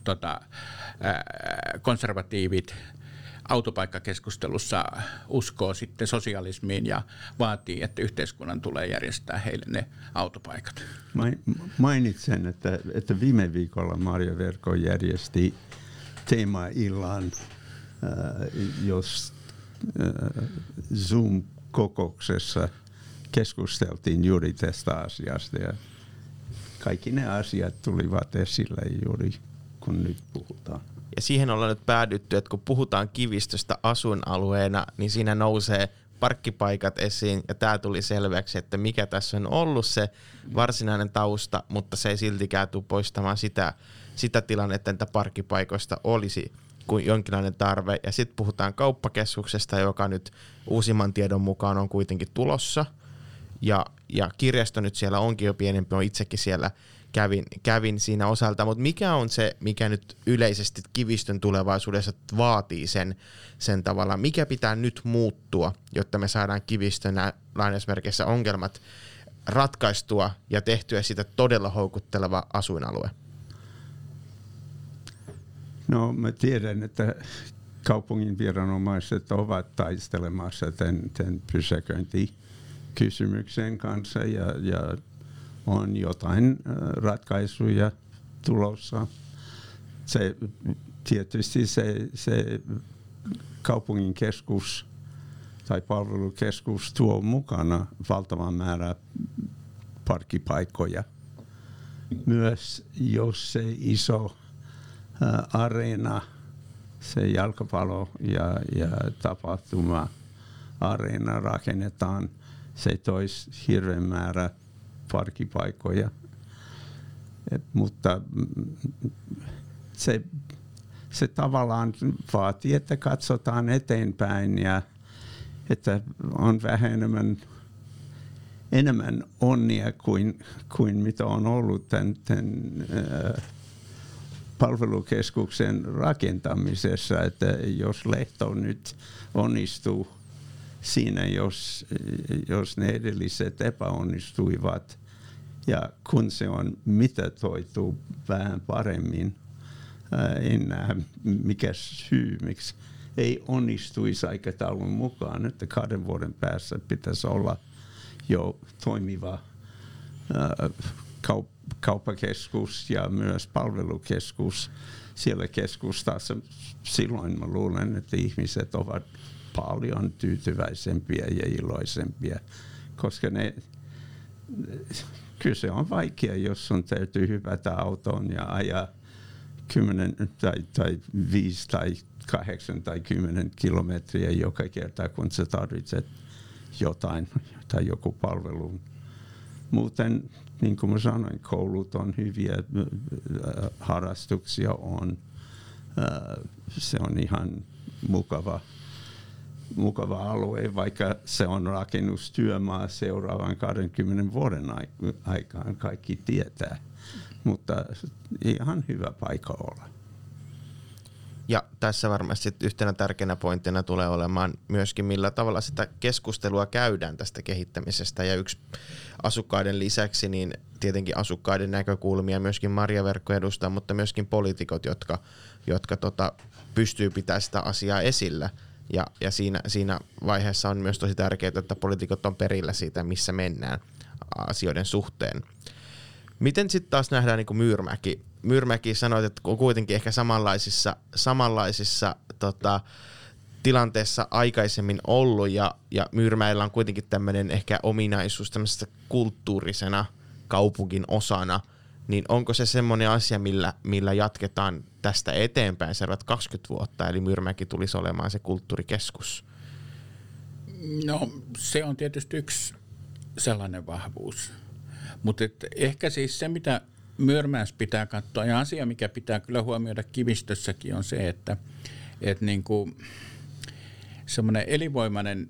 konservatiivit autopaikkakeskustelussa uskoo sitten sosialismiin ja vaatii, että yhteiskunnan tulee järjestää heille ne autopaikat. Mainitsen, että viime viikolla Marja Verkko järjesti teemaillan, jos Zoom-kokouksessa keskusteltiin juuri tästä asiasta ja kaikki ne asiat tulivat esille juuri kun nyt puhutaan. Ja siihen ollaan nyt päädytty, että kun puhutaan kivistöstä asuinalueena, niin siinä nousee parkkipaikat esiin ja tämä tuli selväksi, että mikä tässä on ollut se varsinainen tausta, mutta se ei siltikään tule poistamaan sitä tilannetta, että parkkipaikoista olisi kuin jonkinlainen tarve. Ja sitten puhutaan kauppakeskuksesta, joka nyt uusimman tiedon mukaan on kuitenkin tulossa. Ja kirjasto nyt siellä onkin jo pienempi, olen itsekin siellä kävin siinä osalta, mutta mikä on se, mikä nyt yleisesti kivistön tulevaisuudessa vaatii sen tavallaan, mikä pitää nyt muuttua, jotta me saadaan kivistön lainausmerkeissä ongelmat ratkaistua ja tehtyä siitä todella houkutteleva asuinalue? No mä tiedän, että kaupungin viranomaiset ovat taistelemassa tämän pysäköintikysymyksen kanssa ja on jotain ratkaisuja tulossa. Tietysti se kaupungin keskus tai palvelukeskus tuo mukana valtavan määrä parkkipaikkoja. Myös jos se iso areena, se jalkapallo ja tapahtuma-areena rakennetaan, se toisi hirveän määrä parkkipaikkoja, mutta se tavallaan vaatii, että katsotaan eteenpäin ja että on vähän enemmän onnia kuin mitä on ollut tämän palvelukeskuksen rakentamisessa, että jos Lehto nyt onnistuu siinä, jos ne edelliset epäonnistuivat ja kun se on mitatoitu vähän paremmin, en näe mikä syy, miksi ei onnistuisi aikataulun mukaan, että 2 vuoden päässä pitäisi olla jo toimiva kauppakeskus ja myös palvelukeskus siellä keskustassa. Silloin mä luulen, että ihmiset ovat paljon tyytyväisempiä ja iloisempia, koska kyllä se on vaikea, jos on täytyy hypätä autoon ja ajaa 10 tai 5 tai 8 tai 10 kilometriä joka kerta, kun sä tarvitset jotain tai joku palvelu. Muuten, niin kuin mä sanoin, koulut on hyviä, harrastuksia on. Se on ihan mukava alue, vaikka se on rakennustyömaa seuraavan 20 vuoden aikaan, kaikki tietää. Mutta ihan hyvä paikka olla. Ja tässä varmasti yhtenä tärkeänä pointtina tulee olemaan myöskin, millä tavalla sitä keskustelua käydään tästä kehittämisestä. Ja yksi asukkaiden lisäksi, niin tietenkin asukkaiden näkökulmia myöskin Marja Verkko edustaa, mutta myöskin poliitikot, jotka pystyy pitämään sitä asiaa esillä. Ja siinä vaiheessa on myös tosi tärkeää, että poliitikot on perillä siitä, missä mennään asioiden suhteen. Miten sitten taas nähdään niin kuin Myyrmäki? Myyrmäki sanoit, että on kuitenkin ehkä samanlaisissa tilanteessa aikaisemmin ollut ja Myyrmäellä on kuitenkin tämmöinen ehkä ominaisuus tämmöisestä kulttuurisena kaupungin osana, niin onko se semmoinen asia, millä jatketaan tästä eteenpäin seuraavat 20 vuotta, eli Myyrmäki tulisi olemaan se kulttuurikeskus? No se on tietysti yksi sellainen vahvuus, mutta ehkä siis se, mitä Myyrmäessä pitää katsoa, ja asia, mikä pitää kyllä huomioida Kivistössäkin, on se, että niin kuin semmoinen elinvoimainen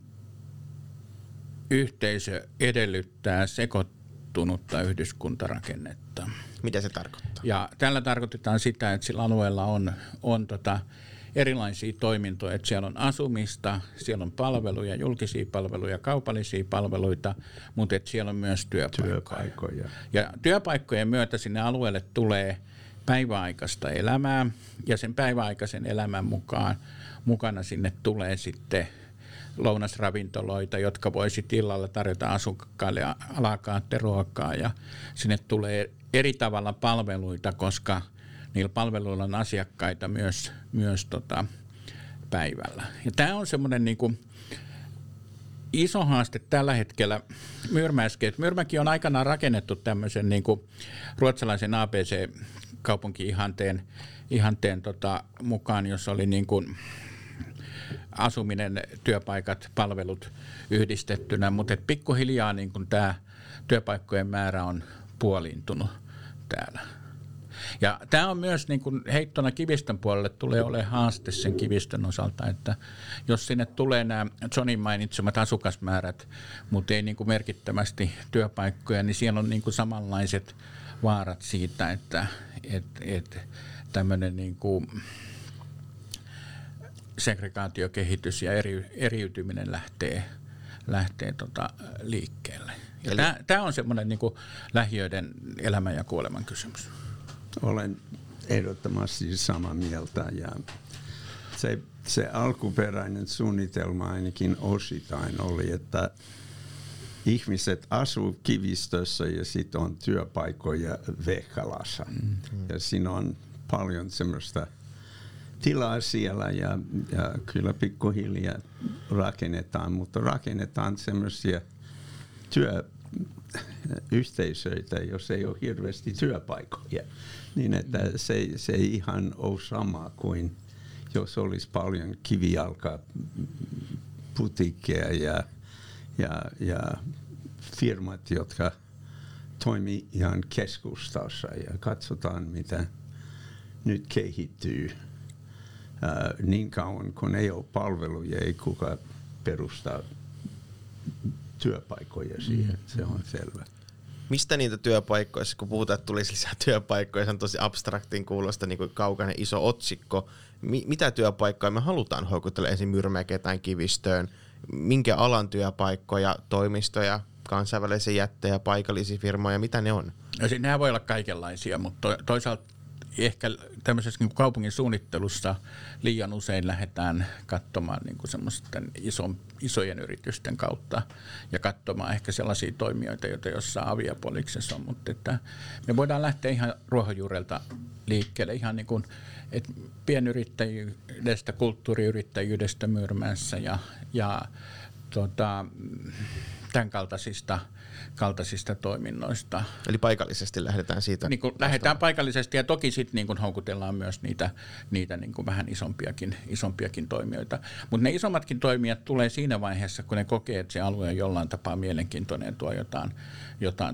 yhteisö edellyttää sekoittunutta yhdyskuntarakennetta. Mitä se tarkoittaa? Ja tällä tarkoitetaan sitä, että sillä alueella on erilaisia toimintoja, että siellä on asumista, siellä on palveluja, julkisia palveluja, kaupallisia palveluita, mutta että siellä on myös työpaikkoja. Ja työpaikkojen myötä sinne alueelle tulee päiväaikaista elämää, ja sen päiväaikaisen elämän mukana sinne tulee sitten lounasravintoloita, jotka voisi illalla tarjota asukkaille alakaatteruokaa, ja sinne tulee eri tavalla palveluita, koska niillä palveluilla on asiakkaita myös päivällä. Ja tämä on semmoinen niin kuin iso haaste tällä hetkellä Myyrmässäkin. Myyrmäki on aikanaan rakennettu tämmöisen niin kuin ruotsalaisen ABC-kaupunki-ihanteen mukaan, jossa oli niin kuin asuminen, työpaikat, palvelut yhdistettynä, mutta pikkuhiljaa niin kuin tämä työpaikkojen määrä on puoliintunut täällä. Ja tämä on myös niin kuin heittona Kivistön puolelle tulee olemaan haaste sen Kivistön osalta, että jos sinne tulee nämä Johnin mainitsemat asukasmäärät, mutta ei niin kuin merkittävästi työpaikkoja, niin siellä on niin kuin samanlaiset vaarat siitä, että tämmöinen niin kuin segregaatiokehitys ja eriytyminen lähtee liikkeelle. Ja tämä on semmoinen niin kuin lähiöiden elämän ja kuoleman kysymys. Olen ehdottomasti samaa mieltä ja se alkuperäinen suunnitelma ainakin osittain oli, että ihmiset asuu Kivistössä ja sitten on työpaikkoja Vehkalassa. Ja siinä on paljon semmoista tilaa siellä ja kyllä pikkuhiljaa rakennetaan, mutta rakennetaan semmoisia työyhteisöitä, jos ei ole hirveästi työpaikkoja. Niin että se ei ihan ole sama kuin jos olisi paljon kivijalkaputiikkeja ja firmat, jotka toimii ihan keskustassa ja katsotaan, mitä nyt kehittyy. Niin kauan kun ei ole palveluja, ei kukaan perusta työpaikkoja siihen, se on selvä. Mistä niitä työpaikkoja, kun puhutaan, että tulisi lisää työpaikkoja, se on tosi abstraktin kuulosta, niin kuin kaukainen iso otsikko. Mitä työpaikkoja me halutaan houkutella ensin Myyrmäkeä tai Kivistöön? Minkä alan työpaikkoja, toimistoja, kansainvälisiä jättejä, paikallisia firmoja, mitä ne on? Nämä voi olla kaikenlaisia, mutta toisaalta ehkä tämmöisessä niin kaupungin suunnittelussa liian usein lähdetään katsomaan niin kuin semmoisten isojen yritysten kautta ja katsomaan ehkä sellaisia toimijoita, joita jossain aviapoliksessa on, mutta että me voidaan lähteä ihan ruohonjuurelta liikkeelle ihan niin kuin pienyrittäjyydestä, kulttuuriyrittäjyydestä Myyrmässä ja tämän kaltaisista toiminnoista. Eli paikallisesti lähdetään siitä? Niin lähdetään paikallisesti ja toki sitten niin houkutellaan myös niitä niin vähän isompiakin toimijoita. Mutta ne isommatkin toimijat tulee siinä vaiheessa, kun ne kokee, että se alue on jollain tapaa mielenkiintoinen ja tuo jotain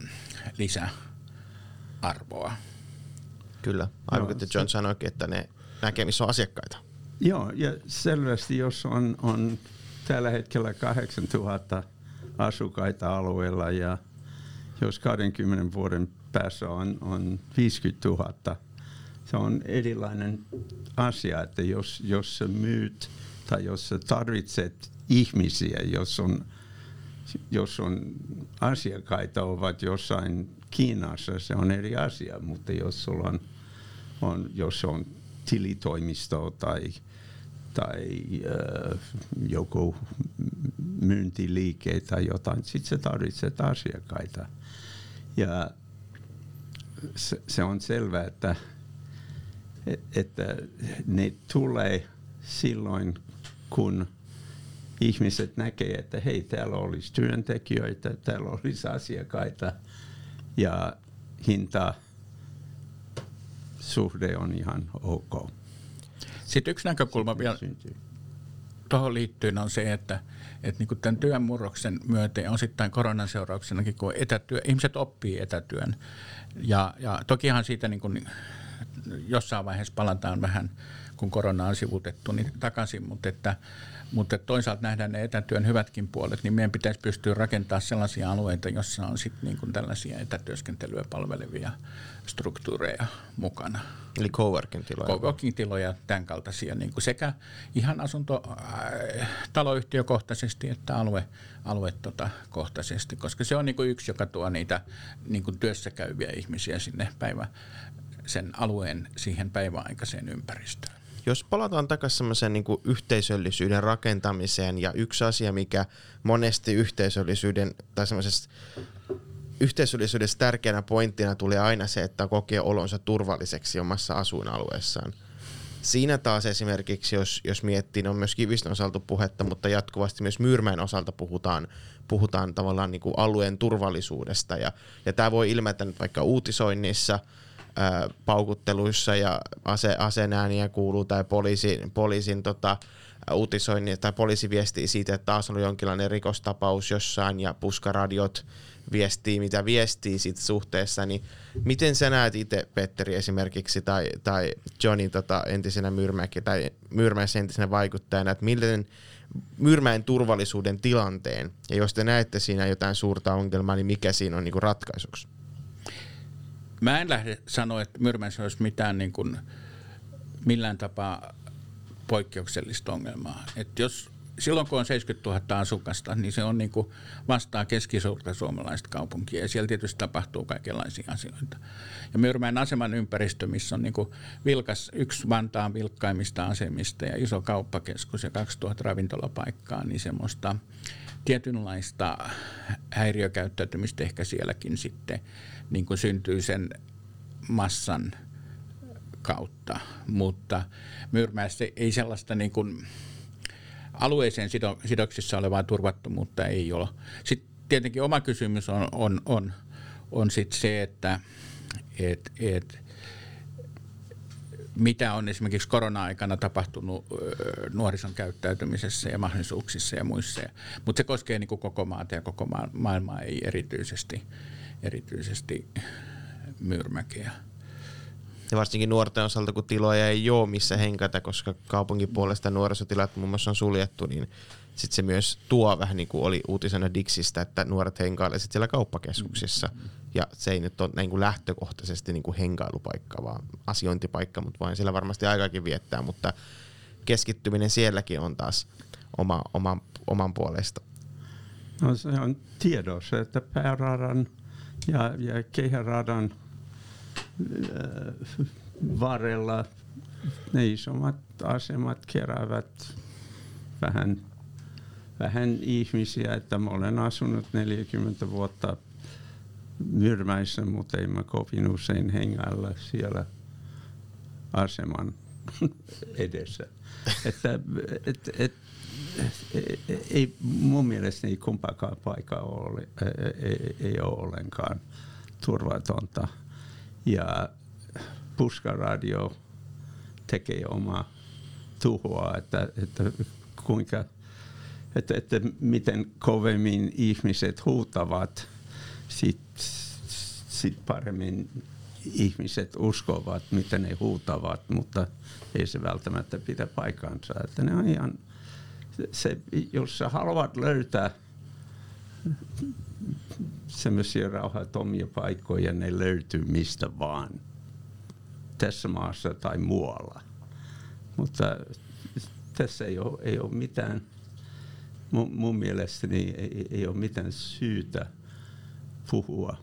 lisäarvoa. Kyllä, aivan kuten John sanoikin, että ne näkee, missä on asiakkaita. Joo, ja selvästi jos on tällä hetkellä 8000 asukkaita alueella ja jos 20 vuoden päässä on 50 000, se on erilainen asia, että jos sä myyt tai jos sä tarvitset ihmisiä, jos on asiakkaita ovat jossain Kiinassa, se on eri asia, mutta jos sulla jos on tilitoimisto tai joku myyntiliike tai jotain, sitten sä tarvitset asiakkaita. Ja se on selvää, että ne tulee silloin, kun ihmiset näkee, että hei, täällä olisi työntekijöitä, täällä olisi asiakkaita ja hintasuhde on ihan ok. Sitten yksi näkökulma vielä tuohon liittyen on se, että niin kuin tämän työn murroksen myötä ja osittain koronan seurauksenakin, kun ihmiset oppii etätyön. Ja tokihan siitä niin kuin jossain vaiheessa palataan vähän, kun korona on sivutettu, niin takaisin, mutta toisaalta nähdään ne etätyön hyvätkin puolet, niin meidän pitäisi pystyä rakentamaan sellaisia alueita, joissa on sitten niin kuin tällaisia etätyöskentelyä palvelevia struktuureja mukana. Eli coworking-tiloja. Coworking-tiloja, tämän kaltaisia, niin kuin sekä ihan taloyhtiökohtaisesti että aluekohtaisesti, koska se on niin kuin yksi, joka tuo niitä niin kuin työssä käyviä ihmisiä sinne sen alueen siihen päiväaikaiseen ympäristöön. Jos palataan takaisin semmoisen niin kuin yhteisöllisyyden rakentamiseen, ja yksi asia, mikä monesti yhteisöllisyydessä tärkeänä pointtina tulee aina se, että kokee olonsa turvalliseksi omassa asuinalueessaan. Siinä taas esimerkiksi, jos miettii, on myös Kivistön osalta puhetta, mutta jatkuvasti myös Myyrmäen osalta puhutaan tavallaan niin kuin alueen turvallisuudesta, ja tämä voi ilmetä nyt vaikka uutisoinnissa, paukutteluissa ja aseen ääniä kuuluu tai poliisin uutisoinnin tai poliisi viestii siitä, että taas on jonkinlainen rikostapaus jossain ja puskaradiot viestii, mitä viestii siitä suhteessa, niin miten sä näet itse, Petteri, esimerkiksi tai Johnny entisenä Myyrmäessä entisenä vaikuttajana, että miten Myyrmäen turvallisuuden tilanteen, ja jos te näette siinä jotain suurta ongelmaa, niin mikä siinä on niin kuin ratkaisuksi? Mä en lähde sanoa, että Myyrmäessä olisi mitään niin kuin millään tapaa poikkeuksellista ongelmaa. Että silloin kun on 70 000 asukasta, niin se on niin kuin vastaa keskisuurta suomalaista kaupunkia, ja siellä tietysti tapahtuu kaikenlaisia asioita. Ja Myyrmäen aseman ympäristö, missä on niin kuin yksi Vantaan vilkkaimmista asemista ja iso kauppakeskus ja 2000 ravintolapaikkaa, niin semmoista tietynlaista häiriökäyttäytymistä ehkä sielläkin sitten niin kuin syntyy sen massan kautta, mutta Myyrmäessä ei sellaista niin kuin alueeseen sidoksissa olevaa turvattomuutta ei ole. Sitten tietenkin oma kysymys on sit se, että mitä on esimerkiksi korona-aikana tapahtunut nuorison käyttäytymisessä ja mahdollisuuksissa ja muissa. Mutta se koskee niin kuin koko maata ja koko maailmaa, ei erityisesti Myyrmäkeä. Ja varsinkin nuorten osalta, kun tiloja ei ole missä henkätä, koska kaupungin puolesta nuorisotilat muun muassa on suljettu, niin sitten se myös tuo vähän niin kuin oli uutisena Dixistä, että nuoret henkailevat siellä kauppakeskuksissa. Ja se ei nyt ole niin kuin lähtökohtaisesti niin kuin henkailupaikka, vaan asiointipaikka, mutta vain siellä varmasti aikaakin viettää, mutta keskittyminen sielläkin on taas oman puolesta. No se on tiedossa, että pääradan ja kehäradan varrella ne isommat asemat keräävät vähän ihmisiä, että mä olen asunut 40 vuotta Myyrmäissä, mutta ei mä kovin usein hengailla siellä aseman edessä. Ei mun mielestä ei kumpaakaan paikkaa ei ole ollenkaan turvatonta. Ja puskaradio tekee omaa tuhoa, että miten kovemmin ihmiset huutavat, sit paremmin ihmiset uskovat, miten ne huutavat, mutta ei se välttämättä pidä paikkaansa. Että ne on ihan, jos sä haluat löytää semmoisia rauhattomia paikkoja, ne löytyy mistä vaan, tässä maassa tai muualla. Mutta tässä ei ole mitään, mun mielestäni ei ole mitään syytä puhua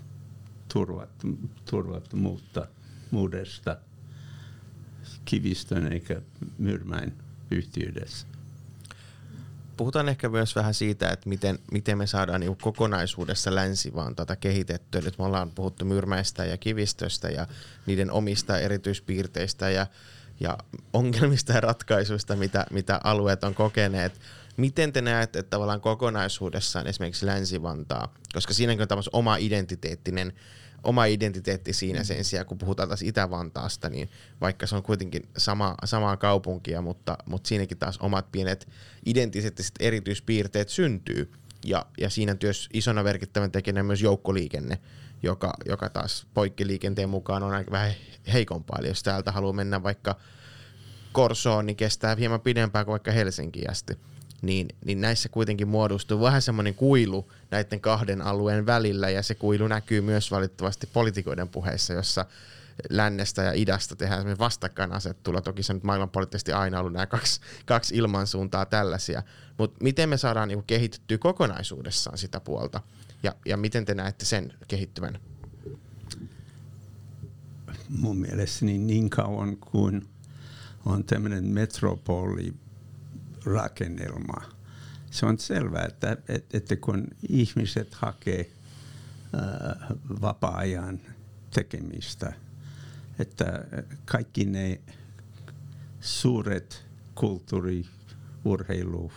turvattomuudesta Kivistön eikä Myyrmäen yhteydessä. puhutaan ehkä myös vähän siitä, että miten me saadaan niin kokonaisuudessa Länsi-Vantaata kehitettyä. Nyt me ollaan puhuttu Myyrmäestä ja Kivistöstä ja niiden omista erityispiirteistä ja ongelmista ja ratkaisuista, mitä alueet on kokeneet. Miten te näette, että tavallaan kokonaisuudessaan esimerkiksi Länsi-Vantaa, koska siinäkin on tämmöinen oma identiteetti siinä sen sijaan, kun puhutaan taas Itä-Vantaasta, niin vaikka se on kuitenkin samaa kaupunkia, mutta siinäkin taas omat pienet identiteettiset erityispiirteet syntyy. Ja siinä työssä isona merkittävän tekijänä myös joukkoliikenne, joka taas poikkiliikenteen mukaan on aika vähän heikompaa. Eli jos täältä haluaa mennä vaikka Korsoon, niin kestää hieman pidempään kuin vaikka Helsinkiin asti. Niin näissä kuitenkin muodostuu vähän semmoinen kuilu näiden kahden alueen välillä, ja se kuilu näkyy myös valitettavasti poliitikoiden puheissa, jossa lännestä ja idästä tehdään semmoinen vastakkainasettelu. Toki se nyt maailmanpoliittisesti aina ollut nämä kaksi ilmansuuntaa tällaisia, mutta miten me saadaan niinku kehitettyä kokonaisuudessaan sitä puolta, ja miten te näette sen kehittyvän? Mun mielestäni niin kauan kuin on tämmöinen metropoli rakennelma. Se on selvää, että kun ihmiset hakee vapaa-ajan tekemistä, että kaikki ne suuret kulttuuri, urheilu,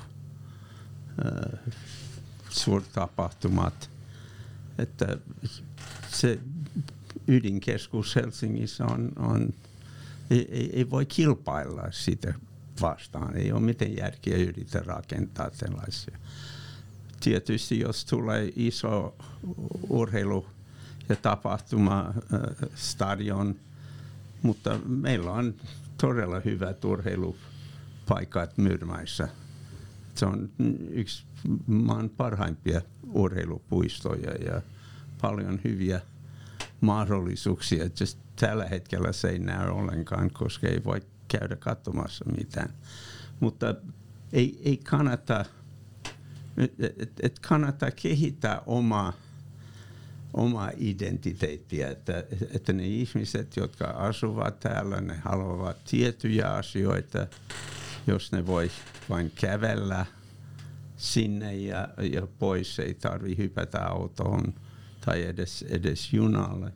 suurtapahtumat, että se ydinkeskus Helsingissä on ei voi kilpailla sitä vastaan. Ei ole mitään järkeä yritä rakentaa tällaisia. Tietysti jos tulee iso urheilu- ja tapahtumastadion, mutta meillä on todella hyvät urheilupaikat Myyrmäessä. Se on yksi maan parhaimpia urheilupuistoja ja paljon hyviä mahdollisuuksia. Just tällä hetkellä se ei näy ollenkaan, koska ei voi käydä katsomassa mitään. Mutta ei kannata, kannattaa kehittää omaa identiteettiä, että ne ihmiset, jotka asuvat täällä, ne haluavat tiettyjä asioita, jos ne voi vain kävellä sinne ja pois, ei tarvitse hypätä autoon tai edes junalle.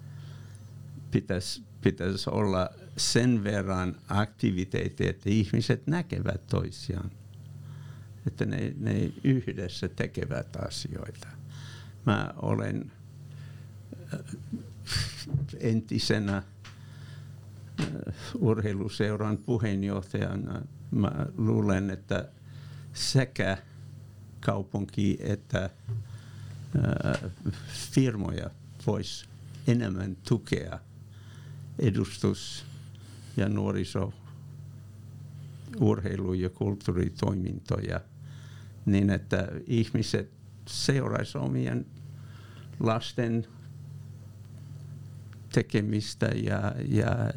Pitäisi olla sen verran aktiviteetteja, että ihmiset näkevät toisiaan, että ne yhdessä tekevät asioita. Mä olen entisenä urheiluseuran puheenjohtajana. Mä luulen, että sekä kaupunki että firmoja vois enemmän tukea edustus- ja nuoriso-urheilu- ja kulttuuritoimintoja niin, että ihmiset seuraisivat omien lasten tekemistä ja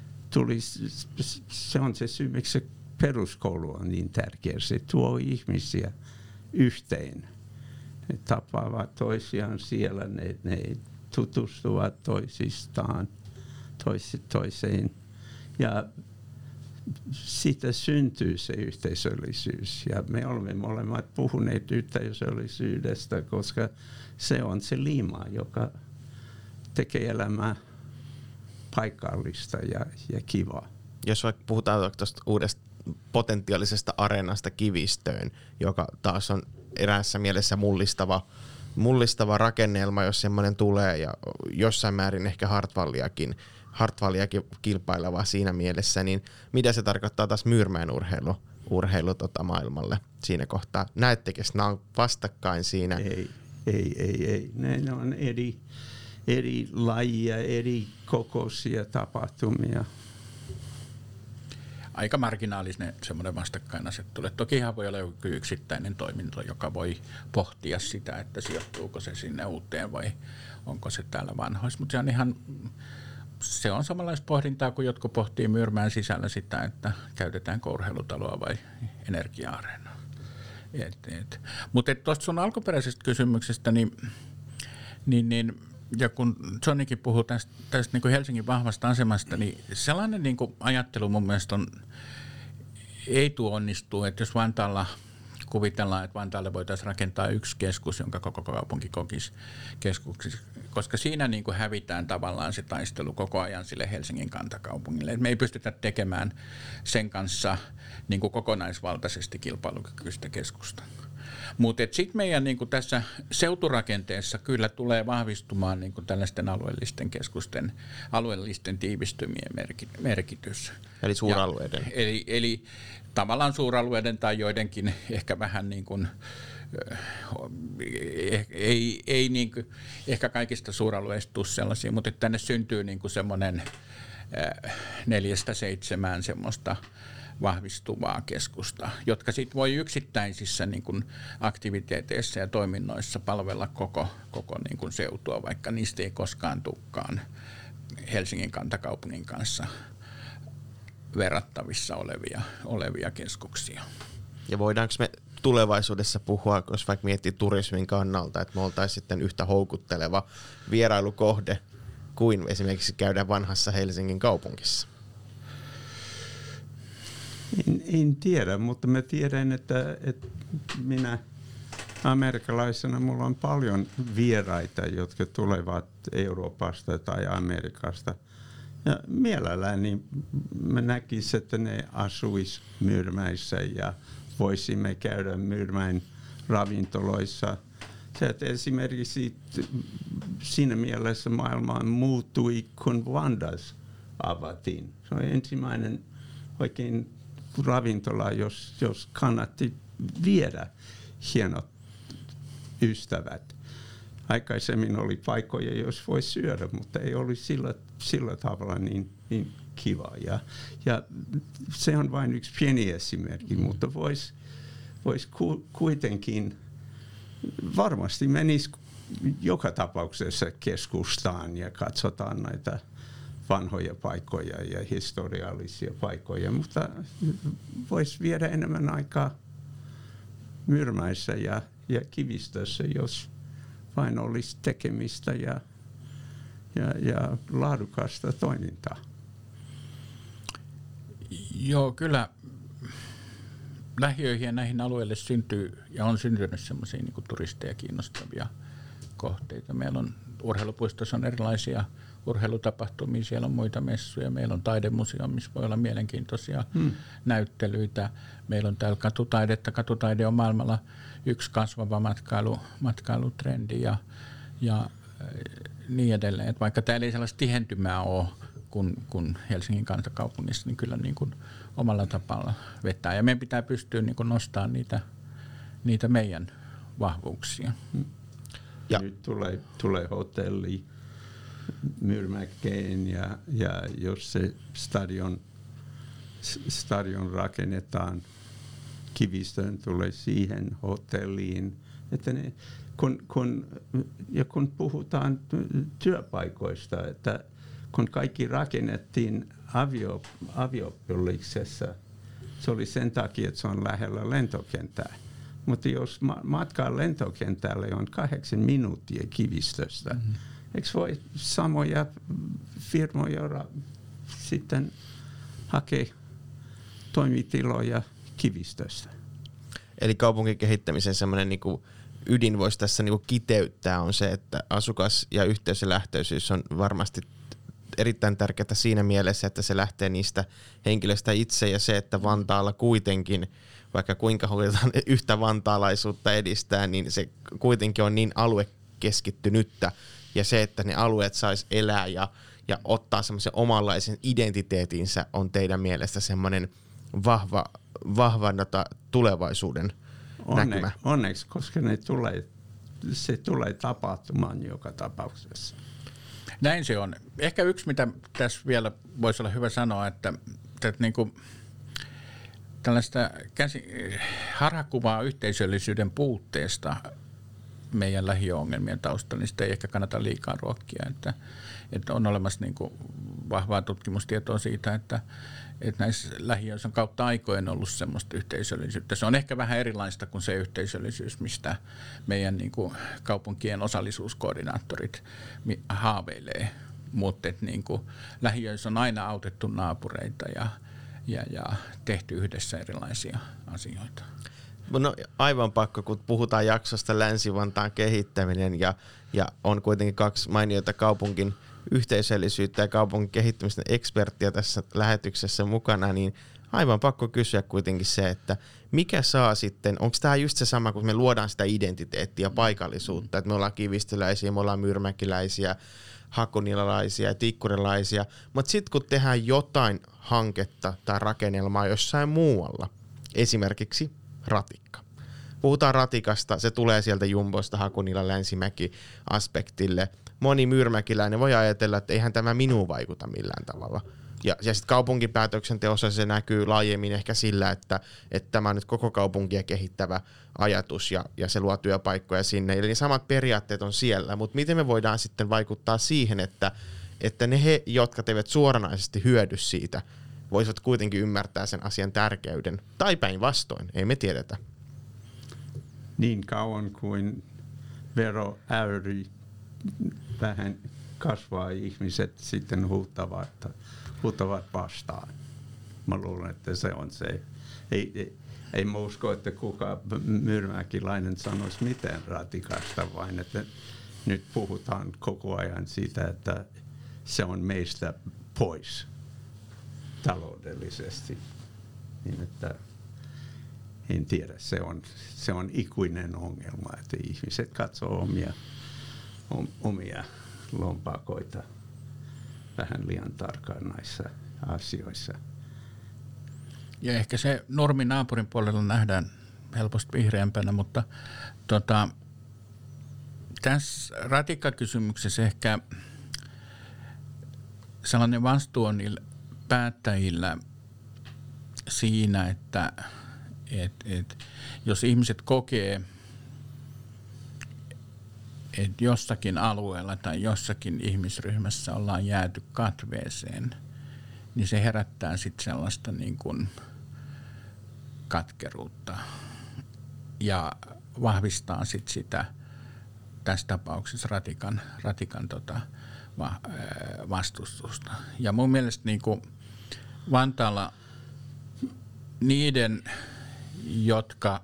se on se syy, miksi se peruskoulu on niin tärkeä. Se tuo ihmisiä yhteen. Ne tapaavat toisiaan siellä, ne tutustuvat toisistaan toiseen ja siitä syntyy se yhteisöllisyys. Ja me olemme molemmat puhuneet yhteisöllisyydestä, koska se on se liima, joka tekee elämää paikallista ja kivaa. Jos vaikka puhutaan tuosta uudesta potentiaalisesta areenasta Kivistöön, joka taas on eräässä mielessä mullistava rakennelma, jos semmoinen tulee, ja jossain määrin ehkä Hartwalliakin kilpaileva siinä mielessä, niin mitä se tarkoittaa taas Myyrmäen urheilu maailmalle siinä kohtaa? Näettekö, että nämä on vastakkain siinä? Ei. Ne on eri lajia, eri kokoisia tapahtumia. Aika marginaalinen semmoinen vastakkainasettelu. Tokihan voi olla joku yksittäinen toiminto, joka voi pohtia sitä, että sijoittuuko se sinne uuteen vai onko se täällä vanhoissa. Mutta se on samanlaista pohdintaa, kun jotkut pohtii Myyrmäen sisällä sitä, että käytetäänkö urheilutaloa vai energia-areenaa. Mutta tuosta sun alkuperäisestä kysymyksestä, niin ja kun Johnnykin puhuu tästä niin kuin Helsingin vahvasta asemasta, niin sellainen niin kuin ajattelu mun mielestä ei onnistuu, että jos Vantaalla kuvitellaan, että Vantaalle voitaisiin rakentaa yksi keskus, jonka koko kaupunki kokisi keskuksiksi, koska siinä niin kuin hävitään tavallaan se taistelu koko ajan sille Helsingin kantakaupungille. Et me ei pystytä tekemään sen kanssa niin kuin kokonaisvaltaisesti kilpailukykyistä keskusta. Mutta sitten meidän niin kuin tässä seuturakenteessa kyllä tulee vahvistumaan niin kuin tällaisten alueellisten keskusten, alueellisten tiivistymien merkitys. Eli suuralueiden. Eli tavallaan suuralueiden tai joidenkin ehkä vähän niin kuin, ei niin kuin, ehkä kaikista suuralueista tule sellaisia, mutta tänne syntyy niin kuin semmoinen 4-7 semmoista vahvistuvaa keskusta, jotka sitten voi yksittäisissä niin kuin aktiviteeteissa ja toiminnoissa palvella koko niin kuin seutua, vaikka niistä ei koskaan tulekaan Helsingin kantakaupungin kanssa verrattavissa olevia keskuksia. Ja voidaanko me tulevaisuudessa puhua, jos vaikka miettii turismin kannalta, että me oltaisiin sitten yhtä houkutteleva vierailukohde kuin esimerkiksi käydä vanhassa Helsingin kaupungissa? En tiedä, mutta mä tiedän, että minä amerikkalaisena mulla on paljon vieraita, jotka tulevat Euroopasta tai Amerikasta. Ja mielelläni mä näkisin, että ne asuis Myyrmäissä ja voisimme käydä Myyrmäen ravintoloissa. Se, että esimerkiksi siinä mielessä maailma muuttui, kun Vandas avattiin. Se on ensimmäinen oikein ravintola, jos kannatti viedä hienot ystävät. Aikaisemmin oli paikkoja, jos voi syödä, mutta ei oli sillä tavalla niin kiva. Ja se on vain yksi pieni esimerkki, mutta vois kuitenkin, varmasti menisi joka tapauksessa keskustaan ja katsotaan näitä vanhoja paikkoja ja historiallisia paikkoja, mutta voisi viedä enemmän aikaa Myyrmäissä ja Kivistössä, jos vain olisi tekemistä ja laadukasta toimintaa. Joo, kyllä lähiöihin ja näihin alueille syntyy ja on syntynyt semmoisia niin kuin turisteja kiinnostavia kohteita. Meillä on urheilupuistossa on erilaisia urheilutapahtumia, siellä on muita messuja, meillä on taidemuseo, missä voi olla mielenkiintoisia näyttelyitä. Meillä on täällä katutaidetta. Katutaide on maailmalla yksi kasvava matkailutrendi ja niin edelleen. Et vaikka täällä ei sellaista tihentymää ole kuin Helsingin kantakaupungissa, niin kyllä niin kuin omalla tapalla vetää. Ja meidän pitää pystyä niin kuin nostamaan niitä meidän vahvuuksia. Ja nyt tulee hotelli Myyrmäkeen ja jos se stadion rakennetaan, Kivistön tulee siihen hotelliin. Että kun puhutaan työpaikoista, että kun kaikki rakennettiin Aviopoliksessa, se oli sen takia, että se on lähellä lentokenttää. Mutta jos matkaa lentokentälle on 8 minuuttia Kivistöstä, eikö voi samoja firmoja sitten hakea toimitiloja Kivistöstä? Eli kaupunkikehittämisen semmoinen niinku ydin voisi tässä niinku kiteyttää on se, että asukas- ja yhteisölähtöisyys on varmasti erittäin tärkeää siinä mielessä, että se lähtee niistä henkilöistä itse ja se, että Vantaalla kuitenkin, vaikka kuinka halutaan yhtä vantaalaisuutta edistää, niin se kuitenkin on niin aluekeskittynyttä ja se, että ne alueet sais elää ja ottaa semmoisen omanlaisen identiteetinsä on teidän mielestä semmoinen vahva tulevaisuuden näkymä. Onneksi, koska se tulee tapahtumaan joka tapauksessa. Näin se on. Ehkä yksi, mitä tässä vielä voisi olla hyvä sanoa, että niin kuin tällaista harhakuvaa yhteisöllisyyden puutteesta meidän lähiöongelmien taustalla, niin sitä ei ehkä kannata liikaa ruokkia. Että on olemassa niin kuin vahvaa tutkimustietoa siitä, että näissä lähiöissä on kautta aikojen ollut semmoista yhteisöllisyyttä. Se on ehkä vähän erilaista kuin se yhteisöllisyys, mistä meidän niin kuin kaupunkien osallisuuskoordinaattorit haaveilee. Mutta niin kuin lähiöissä on aina autettu naapureita ja tehty yhdessä erilaisia asioita. No aivan pakko, kun puhutaan jaksosta Länsi-Vantaan kehittäminen ja on kuitenkin 2 mainiota kaupungin yhteisöllisyyttä ja kaupungin kehittämistä eksperttiä tässä lähetyksessä mukana, niin aivan pakko kysyä kuitenkin se, että mikä saa sitten, onko tämä just se sama, kun me luodaan sitä identiteettiä ja paikallisuutta, että me ollaan kivistyläisiä, me ollaan myrmäkiläisiä, hakunilalaisia ja tikkurilaisia, mutta sitten kun tehdään jotain hanketta tai rakennelmaa jossain muualla, esimerkiksi ratikka. Puhutaan ratikasta, se tulee sieltä Jumbosta Hakunilan Länsimäki-aspektille. Moni myyrmäkiläinen voi ajatella, että eihän tämä minuun vaikuta millään tavalla. Ja sitten kaupunkipäätöksenteossa se näkyy laajemmin ehkä sillä, että tämä on nyt koko kaupunkia kehittävä ajatus ja se luo työpaikkoja sinne. Eli ne samat periaatteet on siellä, mutta miten me voidaan sitten vaikuttaa siihen, että ne jotka eivät suoranaisesti hyödy siitä, voisivat kuitenkin ymmärtää sen asian tärkeyden. Tai päinvastoin, ei me tiedetä. Niin kauan kuin veroäyri vähän kasvaa, ihmiset sitten huutavat vastaan. Mä luulen, että se on se. Ei mä usko, että kukaan myyrmäkiläinen sanoisi mitään ratikasta, vaan että nyt puhutaan koko ajan siitä, että se on meistä pois taloudellisesti. Niin että en tiedä, se on ikuinen ongelma, että ihmiset katsoo omia lompakoita vähän liian tarkkaan näissä asioissa. Ja ehkä se normi naapurin puolella nähdään helposti vihreämpänä, mutta tässä ratikkakysymyksessä ehkä sellainen vastuu on niillä päättäjillä siinä, että jos ihmiset kokee, että jossakin alueella tai jossakin ihmisryhmässä ollaan jääty katveeseen, niin se herättää sitten sellaista niin kuin katkeruutta ja vahvistaa sitten sitä tässä tapauksessa ratikan vastustusta. Ja mun mielestä niin kuin Vantaalla niiden, jotka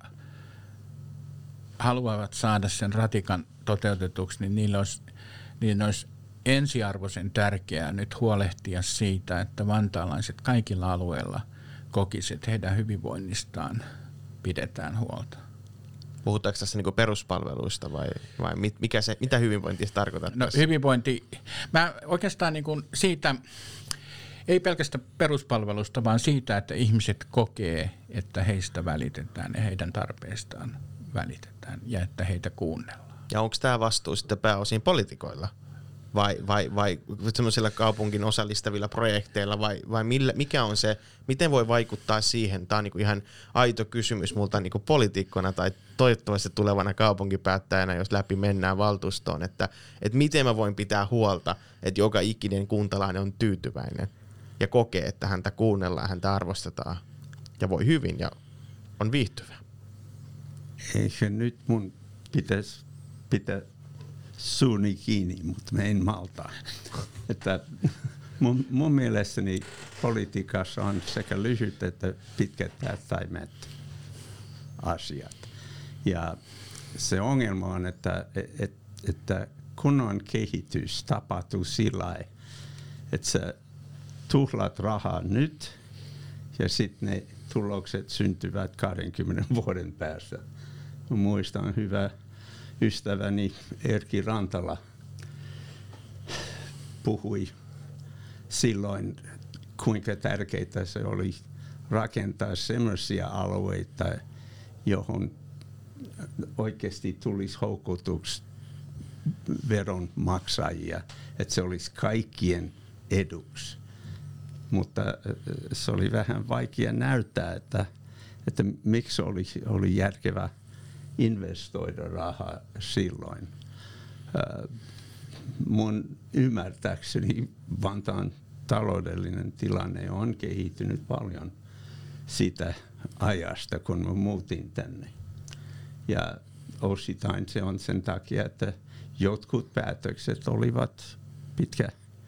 haluavat saada sen ratikan toteutetuksi, niin niillä olisi ensiarvoisen tärkeää nyt huolehtia siitä, että vantaalaiset kaikilla alueilla kokisivat, että heidän hyvinvoinnistaan pidetään huolta. Puhutaanko tässä niinku peruspalveluista vai mitä hyvinvointia tarkoittaa? No hyvinvointi, mä oikeastaan niinku siitä, ei pelkästään peruspalvelusta, vaan siitä, että ihmiset kokee, että heistä välitetään ja heidän tarpeistaan välitetään ja että heitä kuunnellaan. Ja onko tämä vastuu sitten pääosin poliitikoilla vai semmoisilla kaupungin osallistavilla projekteilla vai mikä on se, miten voi vaikuttaa siihen? Tämä on niinku ihan aito kysymys multa niinku poliitikkona tai toivottavasti tulevana kaupunkipäättäjänä, jos läpi mennään valtuustoon, että miten mä voin pitää huolta, että joka ikinen kuntalainen on tyytyväinen ja kokee, että häntä kuunnellaan, häntä arvostetaan ja voi hyvin ja on viihtyvä. Eikä nyt mun pitäisi pitää suuni kiinni, mutta mä en malta. Että mun mielestäni politiikassa on sekä lyhyt että pitkät tähtäimet asiat. Ja se ongelma on, että kunnon kehitys tapahtuu sillä lailla, että sä tuhlat rahaa nyt ja sitten ne tulokset syntyvät 20 vuoden päästä. Mä muistan hyvä ystäväni Erkki Rantala puhui silloin, kuinka tärkeää se oli rakentaa sellaisia alueita, johon oikeasti tulisi houkutuksi veronmaksajia, että se olisi kaikkien eduksi. Mutta se oli vähän vaikea näyttää, että miksi oli järkevää investoida rahaa silloin. Mun ymmärtääkseni Vantaan taloudellinen tilanne on kehittynyt paljon siitä ajasta, kun mä muutin tänne. Ja osittain se on sen takia, että jotkut päätökset olivat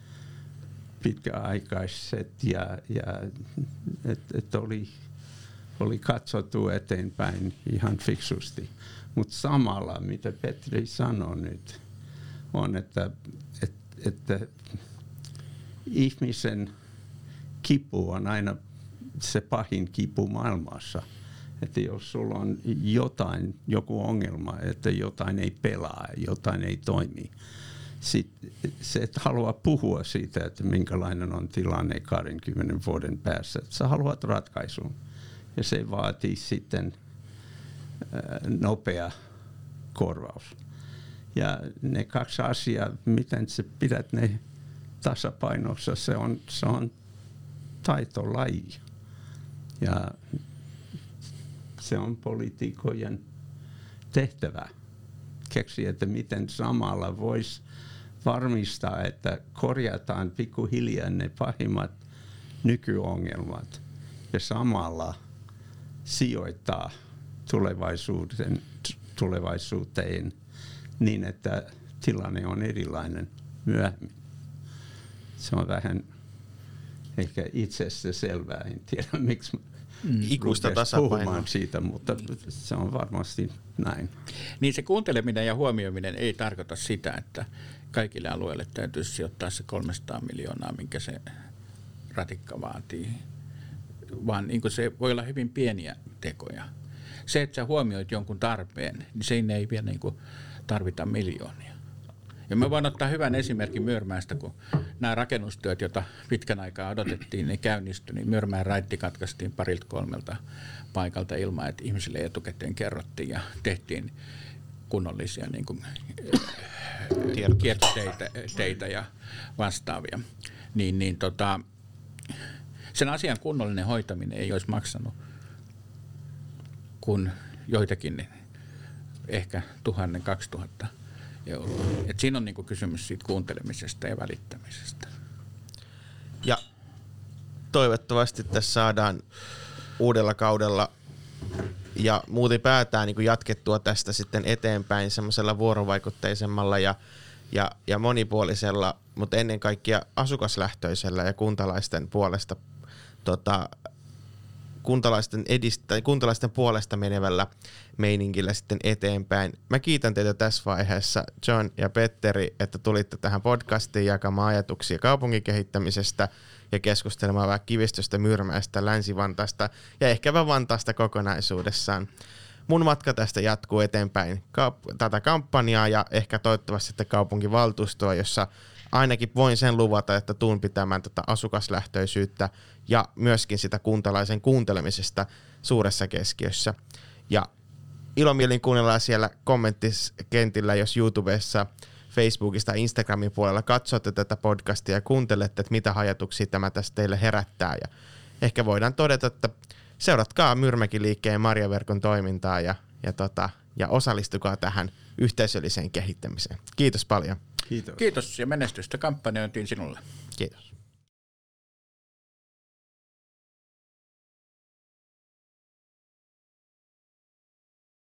pitkäaikaiset ja että oli oli katsottu eteenpäin ihan fiksusti. Mutta samalla, mitä Petri sanoi nyt, on, että ihmisen kipu on aina se pahin kipu maailmassa. Että jos sulla on joku ongelma, että jotain ei pelaa, jotain ei toimi, se et halua puhua siitä, että minkälainen on tilanne 20 vuoden päässä. Sä haluat ratkaisun. Ja se vaatii sitten nopea korvaus. Ja ne kaksi asiaa, miten sä pidät ne tasapainossa, se on taitolaji. Ja se on poliitikkojen tehtävä keksiä, että miten samalla voisi varmistaa, että korjataan pikkuhiljaa ne pahimmat nykyongelmat ja samalla sijoittaa tulevaisuuteen niin, että tilanne on erilainen myöhemmin. Se on vähän ehkä itsestä selvää, en tiedä miksi ikuista tasapainoa siitä, mutta se on varmasti näin. Niin se kuunteleminen ja huomioiminen ei tarkoita sitä, että kaikille alueille täytyisi sijoittaa se 300 miljoonaa, minkä se ratikka vaatii, vaan niin se voi olla hyvin pieniä tekoja. Se, että sä huomioit jonkun tarpeen, niin siinä ei vielä niin tarvita miljoonia. Ja mä voin ottaa hyvän esimerkin Myyrmäestä, kun nämä rakennustyöt, joita pitkän aikaa odotettiin, ne käynnistyi, niin Myyrmäen raitti katkaistiin 2-3 paikalta ilman, että ihmisille etukäteen kerrottiin ja tehtiin kunnollisia niin kuin, kiertoteitä ja vastaavia. Sen asian kunnollinen hoitaminen ei olisi maksanut kuin joitakin ehkä 1,000–2,000 euroa. Et siinä on niinku kysymys siitä kuuntelemisesta ja välittämisestä. Ja toivottavasti tässä saadaan uudella kaudella ja muuten päätään niin jatkettua tästä sitten eteenpäin semmoisella vuorovaikutteisemmalla ja monipuolisella, mutta ennen kaikkea asukaslähtöisellä ja kuntalaisten puolesta kuntalaisten puolesta menevällä meiningillä sitten eteenpäin. Mä kiitän teitä tässä vaiheessa, John ja Petteri, että tulitte tähän podcastiin jakamaan ajatuksia kaupungin-kehittämisestä ja keskustelemaan vähän Kivistöstä, Myyrmäestä, Länsi-Vantaasta ja ehkäpä Vantaasta kokonaisuudessaan. Mun matka tästä jatkuu eteenpäin tätä kampanjaa ja ehkä toivottavasti sitten kaupunkivaltuustoa, jossa ainakin voin sen luvata, että tuun pitämään tätä asukaslähtöisyyttä ja myöskin sitä kuntalaisen kuuntelemisesta suuressa keskiössä. Ja ilomielin kuunnellaan siellä kommenttikentillä, jos YouTubessa, Facebookista ja Instagramin puolella katsotte tätä podcastia ja kuuntelette, että mitä ajatuksia tämä tästä teille herättää. Ja ehkä voidaan todeta, että seuratkaa Myyrmäki liikkeen Marjaverkon toimintaa ja osallistukaa tähän yhteisölliseen kehittämiseen. Kiitos paljon. Kiitos. Kiitos ja menestystä kampanjointiin sinulle. Kiitos.